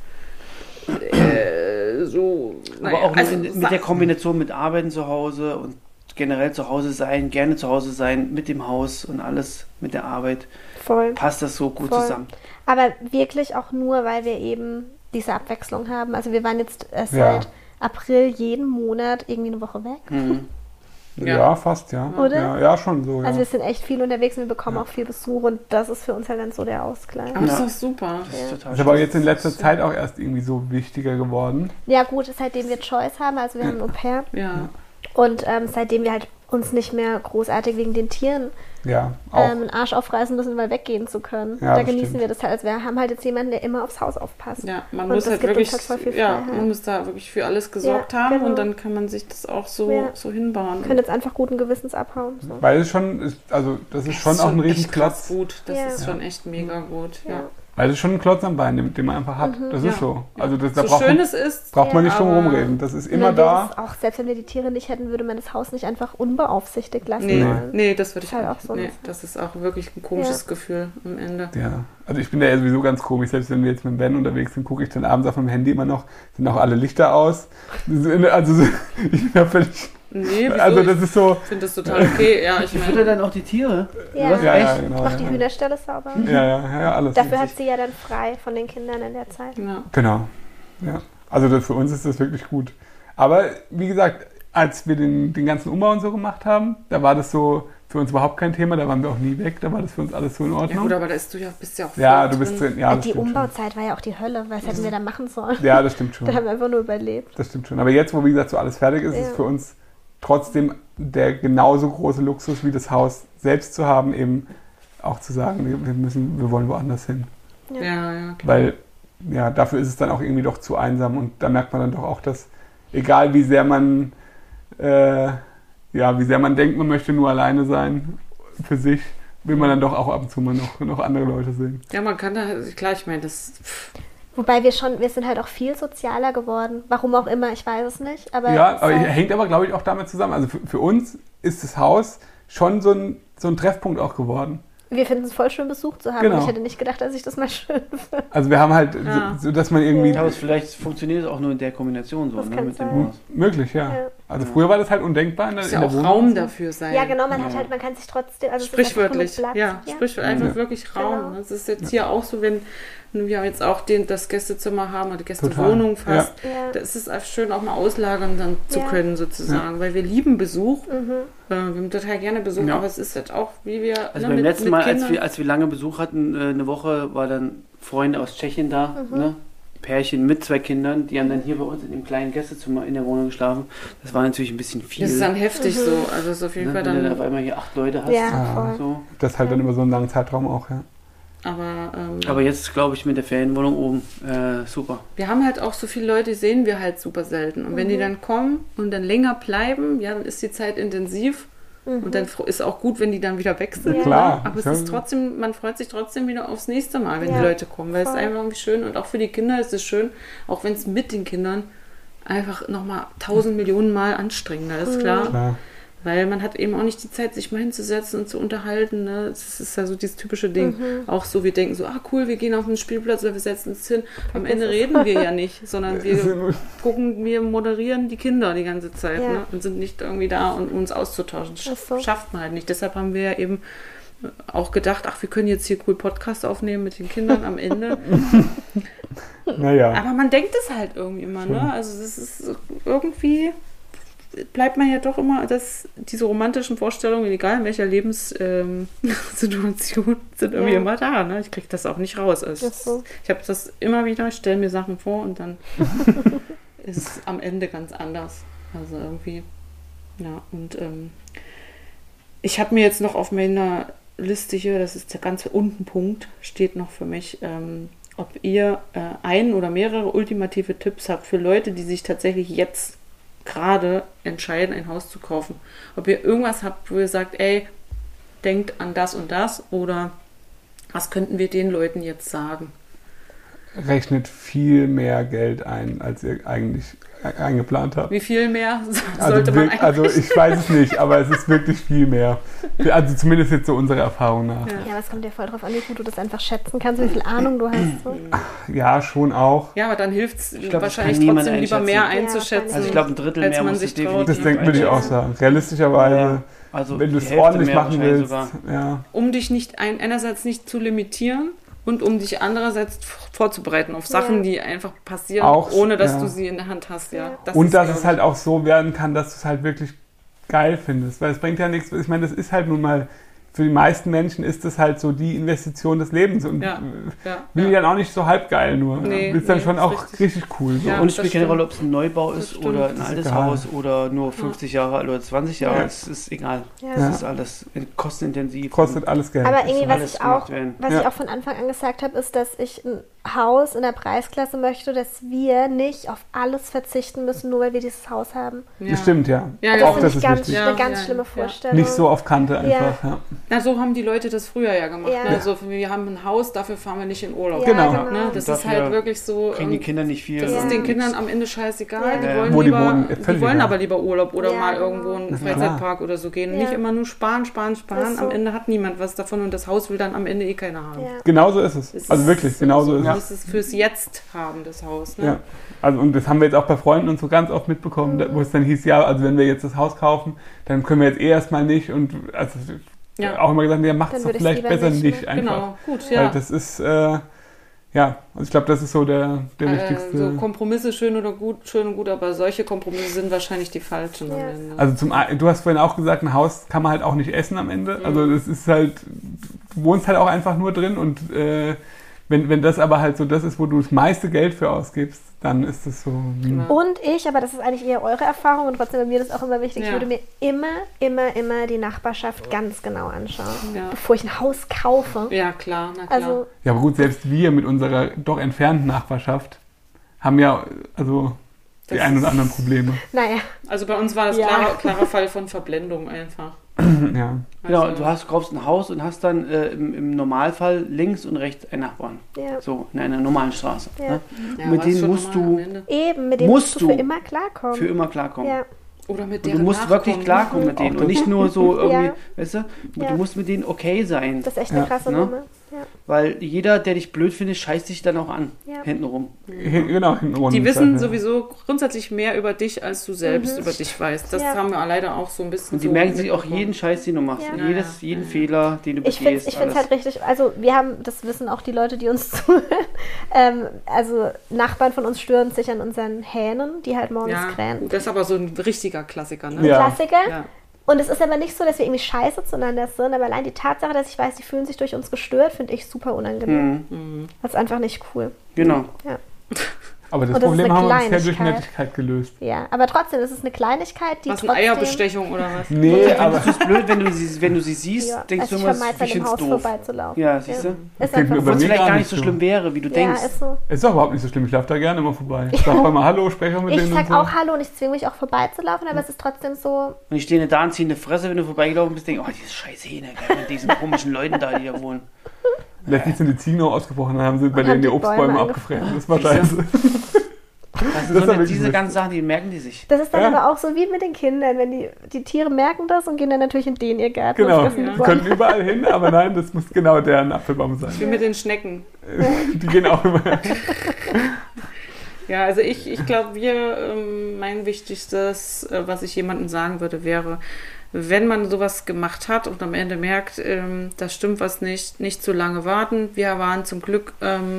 so... Aber auch mit der Kombination mit Arbeiten zu Hause und generell zu Hause sein, gerne zu Hause sein, mit dem Haus und alles mit der Arbeit, passt das so gut zusammen. Aber wirklich auch nur, weil wir eben diese Abwechslung haben. Also wir waren jetzt seit April jeden Monat irgendwie eine Woche weg. Ja, fast, ja. Oder? Ja, schon so, ja. Also wir sind echt viel unterwegs und wir bekommen auch viel Besuch und das ist für uns halt dann so der Ausgleich. Aber das ist doch super. Das ist aber jetzt in letzter Zeit auch erst irgendwie so wichtiger geworden. Ja gut, seitdem wir Choice haben, also wir haben ein Au-pair. Ja. Und seitdem wir halt uns nicht mehr großartig wegen den Tieren einen Arsch aufreißen müssen, weil weggehen zu können. Ja, da genießen wir das halt. Also wir haben halt jetzt jemanden, der immer aufs Haus aufpasst. Ja, man muss halt wirklich, man muss da wirklich für alles gesorgt haben und dann kann man sich das auch so hinbauen. Wir können jetzt einfach guten Gewissens abhauen. So. Weil es schon, das ist schon auch ein Riesenklotz. Gut, das ist schon echt mega gut. Ja. Weil es ist schon ein Klotz am Bein, den man einfach hat. Das ist so. Also da so schön es ist, braucht man nicht drum rumreden. Das ist immer da. Auch selbst wenn wir die Tiere nicht hätten, würde man das Haus nicht einfach unbeaufsichtigt lassen. Nee, das würde ich halt auch so. Nee, das ist auch wirklich ein komisches Gefühl am Ende. Ja, also ich bin da ja sowieso ganz komisch. Selbst wenn wir jetzt mit Ben unterwegs sind, gucke ich dann abends auf meinem Handy immer noch, sind auch alle Lichter aus. Also ich bin ja völlig... Nee, wieso? Also das ist so... Ich finde das total okay. Ja, ich fütter dann auch die Tiere. Ja, genau. Macht die Hühnerstelle sauber. Ja, alles. Dafür hat sie ja dann frei von den Kindern in der Zeit. Ja. Genau. Ja. Also für uns ist das wirklich gut. Aber wie gesagt, als wir den ganzen Umbau und so gemacht haben, da war das so für uns überhaupt kein Thema. Da waren wir auch nie weg. Da war das für uns alles so in Ordnung. Ja gut, aber da bist du ja auch voll Ja, du bist drin. Ja, die Umbauzeit war ja auch die Hölle. Was hätten wir da machen sollen? Ja, das stimmt schon. Da haben wir einfach nur überlebt. Das stimmt schon. Aber jetzt, wo wie gesagt so alles fertig ist, ist es für uns trotzdem der genauso große Luxus wie das Haus selbst zu haben, eben auch zu sagen, wir wollen woanders hin. Ja, klar. Weil ja, dafür ist es dann auch irgendwie doch zu einsam und da merkt man dann doch auch, dass egal wie sehr man denkt, man möchte nur alleine sein für sich, will man dann doch auch ab und zu mal noch andere Leute sehen. Ja, man kann da, klar, ich meine, das... Wobei wir sind halt auch viel sozialer geworden. Warum auch immer, ich weiß es nicht. Aber hängt aber, glaube ich, auch damit zusammen. Also für uns ist das Haus schon so ein Treffpunkt auch geworden. Wir finden es voll schön, Besuch zu haben. Genau. Und ich hätte nicht gedacht, dass ich das mal schön finde. Also wir haben halt, so dass man irgendwie... Aber vielleicht funktioniert es auch nur in der Kombination so, Das ne, kann mit sein. dem Haus. Möglich, ja. Also früher war das halt undenkbar in der muss ja auch Wohnung. Raum dafür sein. Ja, genau, man kann sich trotzdem... Also Sprichwörtlich, es ist einfach sprichwörtlich einfach wirklich Raum. Genau. Das ist jetzt hier auch so, wenn wir jetzt auch das Gästezimmer haben oder die Gästewohnung fast. Ja. Da ist es einfach schön, auch mal auslagern dann zu können sozusagen, weil wir lieben Besuch. Wir haben total gerne Besuch, aber es ist halt auch, wie wir... Also beim letzten Mal, als wir lange Besuch hatten, eine Woche, war dann Freunde aus Tschechien da, ne? Pärchen mit 2 Kindern, die haben dann hier bei uns in dem kleinen Gästezimmer in der Wohnung geschlafen. Das war natürlich ein bisschen viel. Das ist dann heftig so, also es ist auf jeden Fall dann... Wenn du dann auf einmal hier 8 Leute hast. Ja, so. Das halt dann über so einen langen Zeitraum auch, ja. Aber jetzt, glaube ich, mit der Ferienwohnung oben, super. Wir haben halt auch so viele Leute, die sehen wir halt super selten. Und wenn die dann kommen und dann länger bleiben, ja, dann ist die Zeit intensiv. Und dann ist auch gut, wenn die dann wieder weg sind. Ja. Klar. Aber es ist trotzdem, man freut sich trotzdem wieder aufs nächste Mal, wenn die Leute kommen. Weil es ist einfach irgendwie schön. Und auch für die Kinder ist es schön, auch wenn es mit den Kindern einfach nochmal 1000 Millionen Mal anstrengender ist, klar. Weil man hat eben auch nicht die Zeit, sich mal hinzusetzen und zu unterhalten. Ne? Das ist ja so dieses typische Ding. Auch so, wir denken so, cool, wir gehen auf den Spielplatz oder wir setzen uns hin. Am Ende reden wir ja nicht, sondern wir moderieren die Kinder die ganze Zeit und sind nicht irgendwie da, um uns auszutauschen. Das schafft man halt nicht. Deshalb haben wir ja eben auch gedacht, wir können jetzt hier cool Podcast aufnehmen mit den Kindern am Ende. Naja. Aber man denkt es halt irgendwie immer, ne? Also das ist irgendwie... bleibt man ja doch immer, diese romantischen Vorstellungen, egal in welcher Lebenssituation, sind irgendwie immer da. Ne? Ich kriege das auch nicht raus. Also ich habe das immer wieder, ich stelle mir Sachen vor und dann ist es am Ende ganz anders. Also irgendwie, ja. Und ich habe mir jetzt noch auf meiner Liste hier, das ist der ganz unten Punkt, steht noch für mich, ob ihr ein oder mehrere ultimative Tipps habt für Leute, die sich tatsächlich jetzt gerade entscheiden, ein Haus zu kaufen. Ob ihr irgendwas habt, wo ihr sagt, denkt an das und das, oder was könnten wir den Leuten jetzt sagen? Rechnet viel mehr Geld ein, als ihr eigentlich eingeplant habt. Wie viel mehr sollte man eigentlich? Also ich weiß es nicht, aber es ist wirklich viel mehr. Also zumindest jetzt so unserer Erfahrung nach. Ja, aber es kommt ja voll drauf an, wie gut du das einfach schätzen kannst, wie viel Ahnung du hast. So. Ja, schon auch. Ja, aber dann hilft es wahrscheinlich trotzdem lieber mehr einzuschätzen. Also ich glaube, ein Drittel mehr muss sich definitiv. Das würde ich auch sagen. Realistischerweise, wenn du es ordentlich machen willst. Um dich einerseits nicht zu limitieren, und um dich andererseits vorzubereiten auf Sachen, die einfach passieren, auch, ohne dass du sie in der Hand hast. Ja. Dass es halt auch so werden kann, dass du es halt wirklich geil findest. Weil es bringt ja nichts, ich meine, das ist halt nun mal, für die meisten Menschen ist das halt so die Investition des Lebens. Und will die dann auch nicht so halb geil nur. Willst dann schon auch richtig cool. So. Ja, und es spielt keine Rolle, ob es ein Neubau ist oder ein altes Haus oder nur 50 Jahre alt oder 20 Jahre. Es ist egal. Es ist alles kostenintensiv. Kostet alles Geld. Aber irgendwie, was ich auch von Anfang an gesagt habe, ist, dass ich ein Haus in der Preisklasse möchte, dass wir nicht auf alles verzichten müssen, nur weil wir dieses Haus haben. Ja. Das stimmt, ja. Also das ist eine ganz schlimme Vorstellung. Nicht so auf Kante einfach. Ja. Na, so haben die Leute das früher ja gemacht. Ne? Also wir haben ein Haus, dafür fahren wir nicht in Urlaub. Genau. Ne? Das ist halt wirklich so. Kriegen die Kinder nicht viel. Das ist den Kindern am Ende scheißegal. Die wollen aber lieber Urlaub oder mal irgendwo in einen Freizeitpark oder so gehen. Nicht immer nur sparen. Am Ende hat niemand was davon und das Haus will dann am Ende keiner haben. Genau so ist es. Also wirklich, genau so ist es. Das ist fürs Jetzt haben, das Haus. Ne? Ja. Also, und das haben wir jetzt auch bei Freunden und so ganz oft mitbekommen, wo es dann hieß, also wenn wir jetzt das Haus kaufen, dann können wir jetzt erstmal nicht und auch immer gesagt, macht es doch vielleicht besser nicht einfach. Genau, gut, Weil das ist, also ich glaube, das ist so der wichtigste. So Kompromisse schön und gut, aber solche Kompromisse sind wahrscheinlich die falschen am Ende. Also du hast vorhin auch gesagt, ein Haus kann man halt auch nicht essen am Ende. Also das ist halt, du wohnst halt auch einfach nur drin und Wenn das aber halt so das ist, wo du das meiste Geld für ausgibst, dann ist das so... Und aber das ist eigentlich eher eure Erfahrung und trotzdem bei mir das auch immer wichtig, ich würde mir immer die Nachbarschaft ganz genau anschauen, bevor ich ein Haus kaufe. Ja, klar, na klar. Also, ja, aber gut, selbst wir mit unserer doch entfernten Nachbarschaft haben ja die ein oder anderen Probleme. Naja. Also bei uns war das klarer Fall von Verblendung einfach. Ja. Genau, du kaufst ein Haus und hast dann im Normalfall links und rechts einen Nachbarn. Ja. So, in einer normalen Straße. Ja. Ne? Ja, und mit denen musst du mit denen musst du für immer klarkommen. Für immer klarkommen. Ja. Oder mit und deren du musst wirklich klarkommen mit denen und nicht nur so irgendwie, weißt du, du musst mit denen okay sein. Das ist echt eine krasse Nummer. Ja. Weil jeder, der dich blöd findet, scheißt dich dann auch an, hintenrum. Hintenrum. Die wissen sowieso grundsätzlich mehr über dich, als du selbst über dich weißt. Das haben wir leider auch so ein bisschen. Und die merken sich auch jeden Scheiß, den du machst. Ja. Jeden Fehler, den du begehst. Ich finde es halt richtig, also das wissen auch die Leute, die uns zuhören. Also Nachbarn von uns stören sich an unseren Hähnen, die halt morgens krähen. Das ist aber so ein richtiger Klassiker, ne? Ja. Klassiker. Ja. Und es ist aber nicht so, dass wir irgendwie scheiße zueinander sind, aber allein die Tatsache, dass ich weiß, die fühlen sich durch uns gestört, finde ich super unangenehm. Das ist einfach nicht cool. Genau. Ja. Aber das Problem haben wir bisher durch Nettigkeit gelöst. Ja, aber trotzdem, das ist eine Kleinigkeit, die trotzdem... Eierbestechung oder was? Nee, aber... Das ist blöd, wenn du sie siehst, denkst du immer, ich vermeide, an dem Haus vorbeizulaufen. Ja, siehst du? Ist einfach Obwohl es vielleicht gar nicht so schlimm wäre, wie du denkst. Ist so. Ist doch überhaupt nicht so schlimm, ich laufe da gerne immer vorbei. Ich sag mal Hallo, spreche auch mit denen. Ich sag auch Hallo und ich zwinge mich auch vorbeizulaufen, aber es ist trotzdem so... Und ich stehe da und ziehe eine Fresse, wenn du vorbeigelaufen bist, denke, diese scheiß Hähne, mit diesen komischen Leuten da, die da wohnen. Letztlich sind die Ziegen auch ausgebrochen, dann haben sie bei denen die Obstbäume abgefressen. Das war scheiße. Das sind diese ganzen Sachen, die merken die sich. Das ist dann aber auch so wie mit den Kindern, wenn die Tiere merken das und gehen dann natürlich in den ihr Garten. Genau, und die können überall hin, aber nein, das muss genau deren Apfelbaum sein. Wie mit den Schnecken. Die gehen auch immer. Ja, also ich glaube, mein Wichtigstes, was ich jemandem sagen würde, wäre, wenn man sowas gemacht hat und am Ende merkt, da stimmt was nicht zu lange warten. Wir waren zum Glück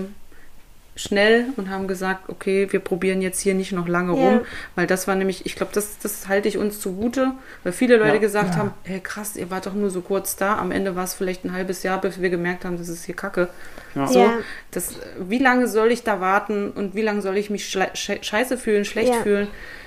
schnell und haben gesagt, okay, wir probieren jetzt hier nicht noch lange rum, weil das war nämlich, ich glaube, das halte ich uns zugute, weil viele Leute gesagt haben, hey krass, ihr wart doch nur so kurz da, am Ende war es vielleicht ein halbes Jahr, bis wir gemerkt haben, das ist hier Kacke. Ja. So, wie lange soll ich da warten und wie lange soll ich mich scheiße fühlen, schlecht fühlen?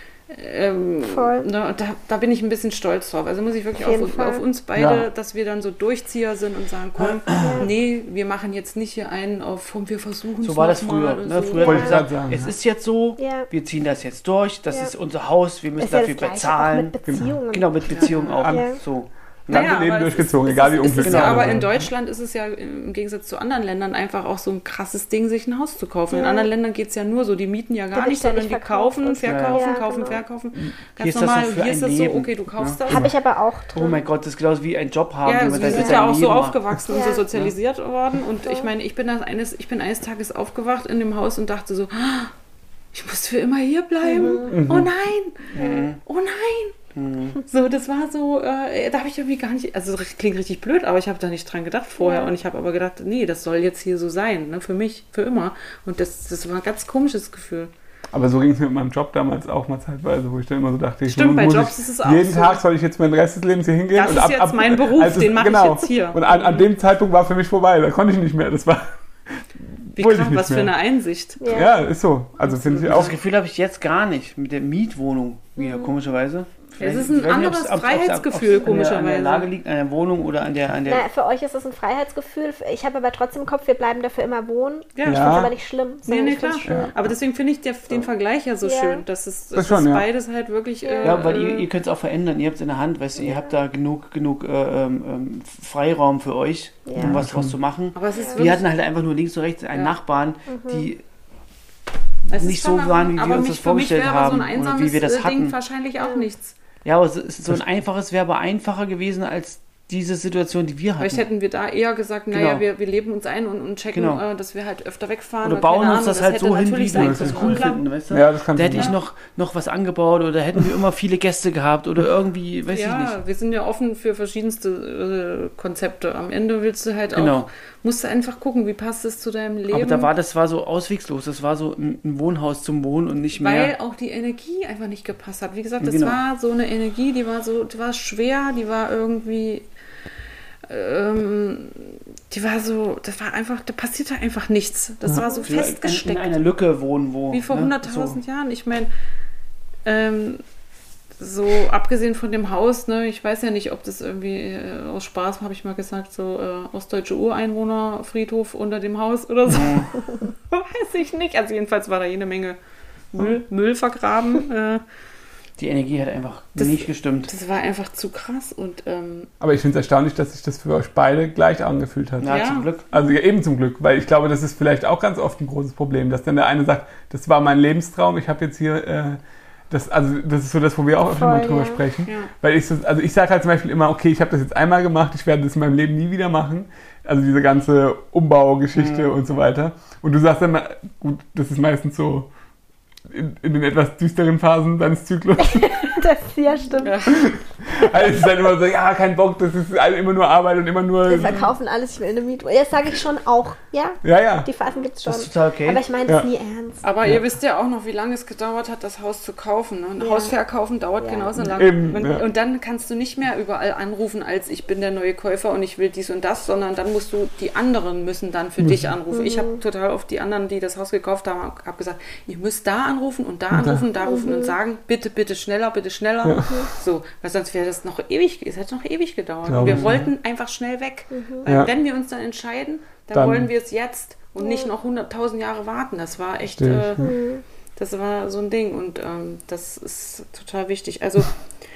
Voll. Da bin ich ein bisschen stolz drauf. Also muss ich wirklich auf uns beide, dass wir dann so Durchzieher sind und sagen, komm, nee, wir machen jetzt nicht hier einen auf, wir versuchen es. So war das früher. Ne? So. Früher wollte ich sagen, es ist jetzt so, wir ziehen das jetzt durch, das ist unser Haus, wir müssen dafür bezahlen. Mit Beziehungen. Genau, mit Beziehungen auch. So. Ganze Leben durchgezogen, egal wie unglücklich. Ja, aber in Deutschland ist es ja im Gegensatz zu anderen Ländern einfach auch so ein krasses Ding, sich ein Haus zu kaufen. In anderen Ländern geht es ja nur so, die mieten ja gar nicht, sondern die kaufen, verkaufen. Ganz normal. Hier ist das so, okay, du kaufst das. Habe ich aber auch drin. Oh mein Gott, das ist genauso wie ein Job haben. Ja, wir sind ja auch so aufgewachsen und so sozialisiert worden. Und ich meine, ich bin eines Tages aufgewacht in dem Haus und dachte so, ich muss für immer hier bleiben. Oh nein! Oh nein! So, das war so, da habe ich irgendwie gar nicht, also das klingt richtig blöd, aber ich habe da nicht dran gedacht vorher und ich habe aber gedacht, nee, das soll jetzt hier so sein, ne, für mich, für immer. Und das war ein ganz komisches Gefühl. Aber so ging es mir mit meinem Job damals auch mal zeitweise, wo ich dann immer so dachte, bei Jobs ist es auch jeden so. Tag soll ich jetzt meinen Rest des Lebens hier hingehen. Das ist jetzt mein Beruf, den mache ich jetzt hier. Und an dem Zeitpunkt war für mich vorbei, da konnte ich nicht mehr, das war... Wie krass, was für eine Einsicht. Ja, ist so. Also finde ich auch. Das Gefühl habe ich jetzt gar nicht mit der Mietwohnung wieder, komischerweise. Es ist ein anderes Freiheitsgefühl, komischerweise. An der Lage liegt, an der Wohnung oder an der... Na, für euch ist es ein Freiheitsgefühl. Ich habe aber trotzdem im Kopf, wir bleiben dafür immer wohnen. Ja. Ich finde es aber nicht schlimm. Nee, klar. Ja. Aber deswegen finde ich den Vergleich ja so schön. Das ist beides halt wirklich... Ja, weil ihr könnt es auch verändern. Ihr habt es in der Hand, weißt du, ihr habt da genug Freiraum für euch, um was draus zu machen. Aber es ist wir hatten halt einfach nur links und rechts einen Nachbarn, die... nicht so waren, wie wir uns das vorgestellt haben oder wie wir das hatten. Wahrscheinlich auch nichts. Ja, aber so ein einfaches wäre aber einfacher gewesen als diese Situation, die wir hatten. Vielleicht hätten wir da eher gesagt, naja, wir leben uns ein und checken, dass wir halt öfter wegfahren. Oder bauen uns das halt so hin, wie wir das cool finden, weißt du? Ja, das kann da hätte ich noch was angebaut oder hätten wir immer viele Gäste gehabt oder irgendwie, weiß ich nicht. Ja, wir sind ja offen für verschiedenste Konzepte. Am Ende willst du halt auch, musst du einfach gucken, wie passt es zu deinem Leben. Aber das war so auswegslos, das war so ein Wohnhaus zum Wohnen und nicht mehr. Weil auch die Energie einfach nicht gepasst hat. Wie gesagt, das war so eine Energie, die war schwer, die war irgendwie die war so, da passierte einfach nichts. Das war so festgesteckt. In einer Lücke wohnen, wo... Wie vor 100.000 Jahren. Ich meine, so abgesehen von dem Haus, ne, ich weiß ja nicht, ob das irgendwie aus Spaß, habe ich mal gesagt, so ostdeutsche Ureinwohnerfriedhof unter dem Haus oder so. Weiß ich nicht. Also jedenfalls war da jede Menge Müll vergraben. Die Energie hat einfach nicht gestimmt. Das war einfach zu krass. Und, aber ich finde es erstaunlich, dass sich das für euch beide gleich angefühlt hat. Ja, zum Glück. Also eben zum Glück, weil ich glaube, das ist vielleicht auch ganz oft ein großes Problem, dass dann der eine sagt, das war mein Lebenstraum, ich habe jetzt hier... das ist so das, wo wir auch öfter mal drüber sprechen. Ja. Weil ich sage halt zum Beispiel immer, okay, ich habe das jetzt einmal gemacht, ich werde das in meinem Leben nie wieder machen. Also diese ganze Umbaugeschichte und so weiter. Und du sagst dann, gut, das ist meistens so in den etwas düsteren Phasen deines Zyklus. Das ja stimmt. Ja. Also es ist dann immer so, ja, kein Bock, das ist immer nur Arbeit und immer nur... Wir verkaufen alles, ich will eine Mietwohnung. Das sage ich schon auch, ja? Ja. Die Phasen gibt es schon. Das ist total okay. Aber ich meine das nie ernst. Aber ihr wisst ja auch noch, wie lange es gedauert hat, das Haus zu kaufen. Ne? Ein Haus verkaufen dauert genauso lange. Eben, und dann kannst du nicht mehr überall anrufen, als ich bin der neue Käufer und ich will dies und das, sondern dann musst du, die anderen müssen dann für dich anrufen. Ich habe total oft die anderen, die das Haus gekauft haben, habe gesagt, ihr müsst da anrufen und da anrufen, da rufen und sagen, bitte, bitte schneller, bitte schneller. Ja. So, weil sonst wäre das noch ewig, es hätte noch ewig gedauert. Und wir wollten einfach schnell weg. Weil wenn wir uns dann entscheiden, dann wollen wir es jetzt und nicht noch 100.000 Jahre warten. Das war echt, das war so ein Ding und das ist total wichtig. Also,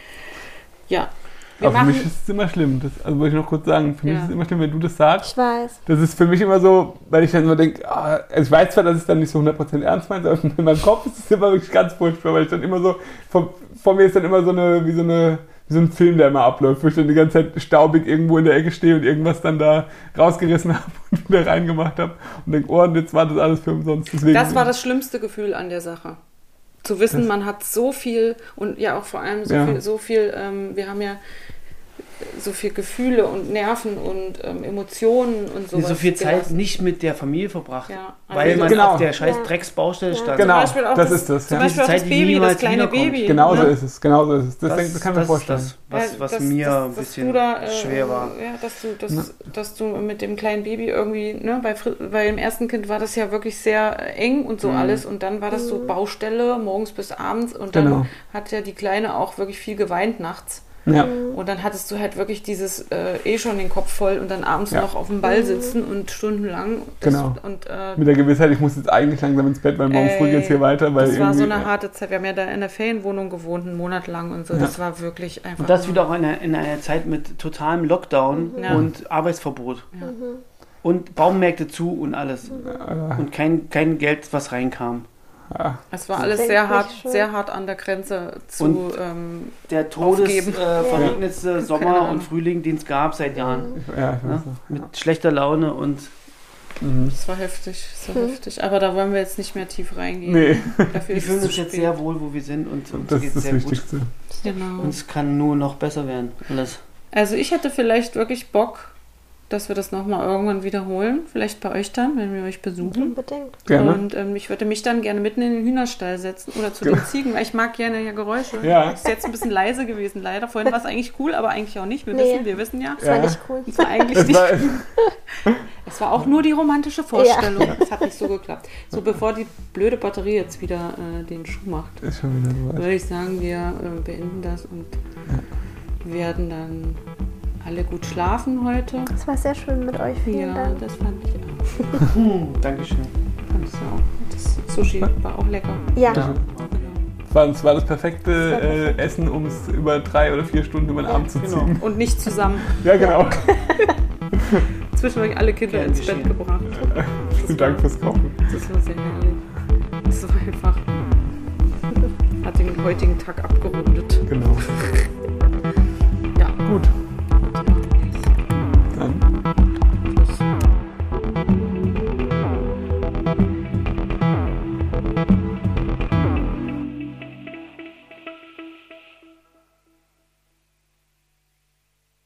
ja. Aber für mich ist es immer schlimm. Also wollte ich noch kurz sagen, für mich ist es immer schlimm, wenn du das sagst. Ich weiß. Das ist für mich immer so, weil ich dann immer denke, also ich weiß zwar, dass es dann nicht so 100% ernst meint, aber in meinem Kopf ist es immer wirklich ganz furchtbar, weil ich dann immer so, vor mir ist dann immer wie so ein Film, der immer abläuft, wo ich dann die ganze Zeit staubig irgendwo in der Ecke stehe und irgendwas dann da rausgerissen habe und wieder reingemacht habe und denke, und jetzt war das alles für umsonst. Deswegen das war das schlimmste Gefühl an der Sache. Zu wissen, man hat so viel und ja auch vor allem so viel, wir haben ja so viel Gefühle und Nerven und Emotionen und sowas. So viel Zeit nicht mit der Familie verbracht, also weil man auf der scheiß Drecksbaustelle stand. Genau, zum Beispiel auch das ist das. Zum Beispiel auch das Baby, das kleine Baby. Genauso ist es. Das kann man vorstellen. Was mir ein bisschen schwer war. Ja, dass du mit dem kleinen Baby irgendwie, ne, bei dem ersten Kind war das ja wirklich sehr eng und so alles und dann war das so Baustelle morgens bis abends und dann hat ja die Kleine auch wirklich viel geweint nachts. Ja. Und dann hattest du halt wirklich dieses schon den Kopf voll und dann abends noch auf dem Ball sitzen und stundenlang. Mit der Gewissheit, ich muss jetzt eigentlich langsam ins Bett, weil morgen früh geht's hier weiter. Weil das war so eine harte Zeit. Wir haben ja da in der Ferienwohnung gewohnt, einen Monat lang und so. Ja. Das war wirklich einfach... Und das wieder auch in einer Zeit mit totalem Lockdown und Arbeitsverbot. Ja. Und Baumärkte zu und alles. Und kein Geld, was reinkam. Ja. Es war alles sehr hart an der Grenze zu der todesverregnetste Sommer und Frühling, den es gab seit Jahren. Ja, mit schlechter Laune und... Das war heftig, aber da wollen wir jetzt nicht mehr tief reingehen. Nee. Wir fühlen uns jetzt sehr wohl, wo wir sind und das ist das Wichtigste. Genau. Und es kann nur noch besser werden, alles. Also ich hätte vielleicht wirklich Bock, dass wir das nochmal irgendwann wiederholen. Vielleicht bei euch dann, wenn wir euch besuchen. Unbedingt. Gerne. Und ich würde mich dann gerne mitten in den Hühnerstall setzen oder zu den Ziegen, weil ich mag gerne Geräusche. Ja. Ist jetzt ein bisschen leise gewesen, leider. Vorhin war es eigentlich cool, aber eigentlich auch nicht. Wir wissen ja. Das war nicht cool. Es war eigentlich nicht. Es war auch nur die romantische Vorstellung. Es hat nicht so geklappt. So, bevor die blöde Batterie jetzt wieder den Schuh macht, ist schon wieder so weit. würde ich sagen, wir beenden das und werden dann alle gut schlafen heute. Es war sehr schön mit euch. Vielen Dank. Das fand ich auch. Dankeschön. Fandest du auch. Das Sushi war auch lecker. Ja. Es war das perfekte Essen, um es über 3 oder 4 Stunden über den Abend zu ziehen. Und nicht zusammen. Ja, genau. Zwischendurch alle Kinder ins Bett gebracht. Vielen Dank fürs Kochen. Das war sehr herrlich. Das war einfach... Hat den heutigen Tag abgerundet. Genau. Ja. Gut.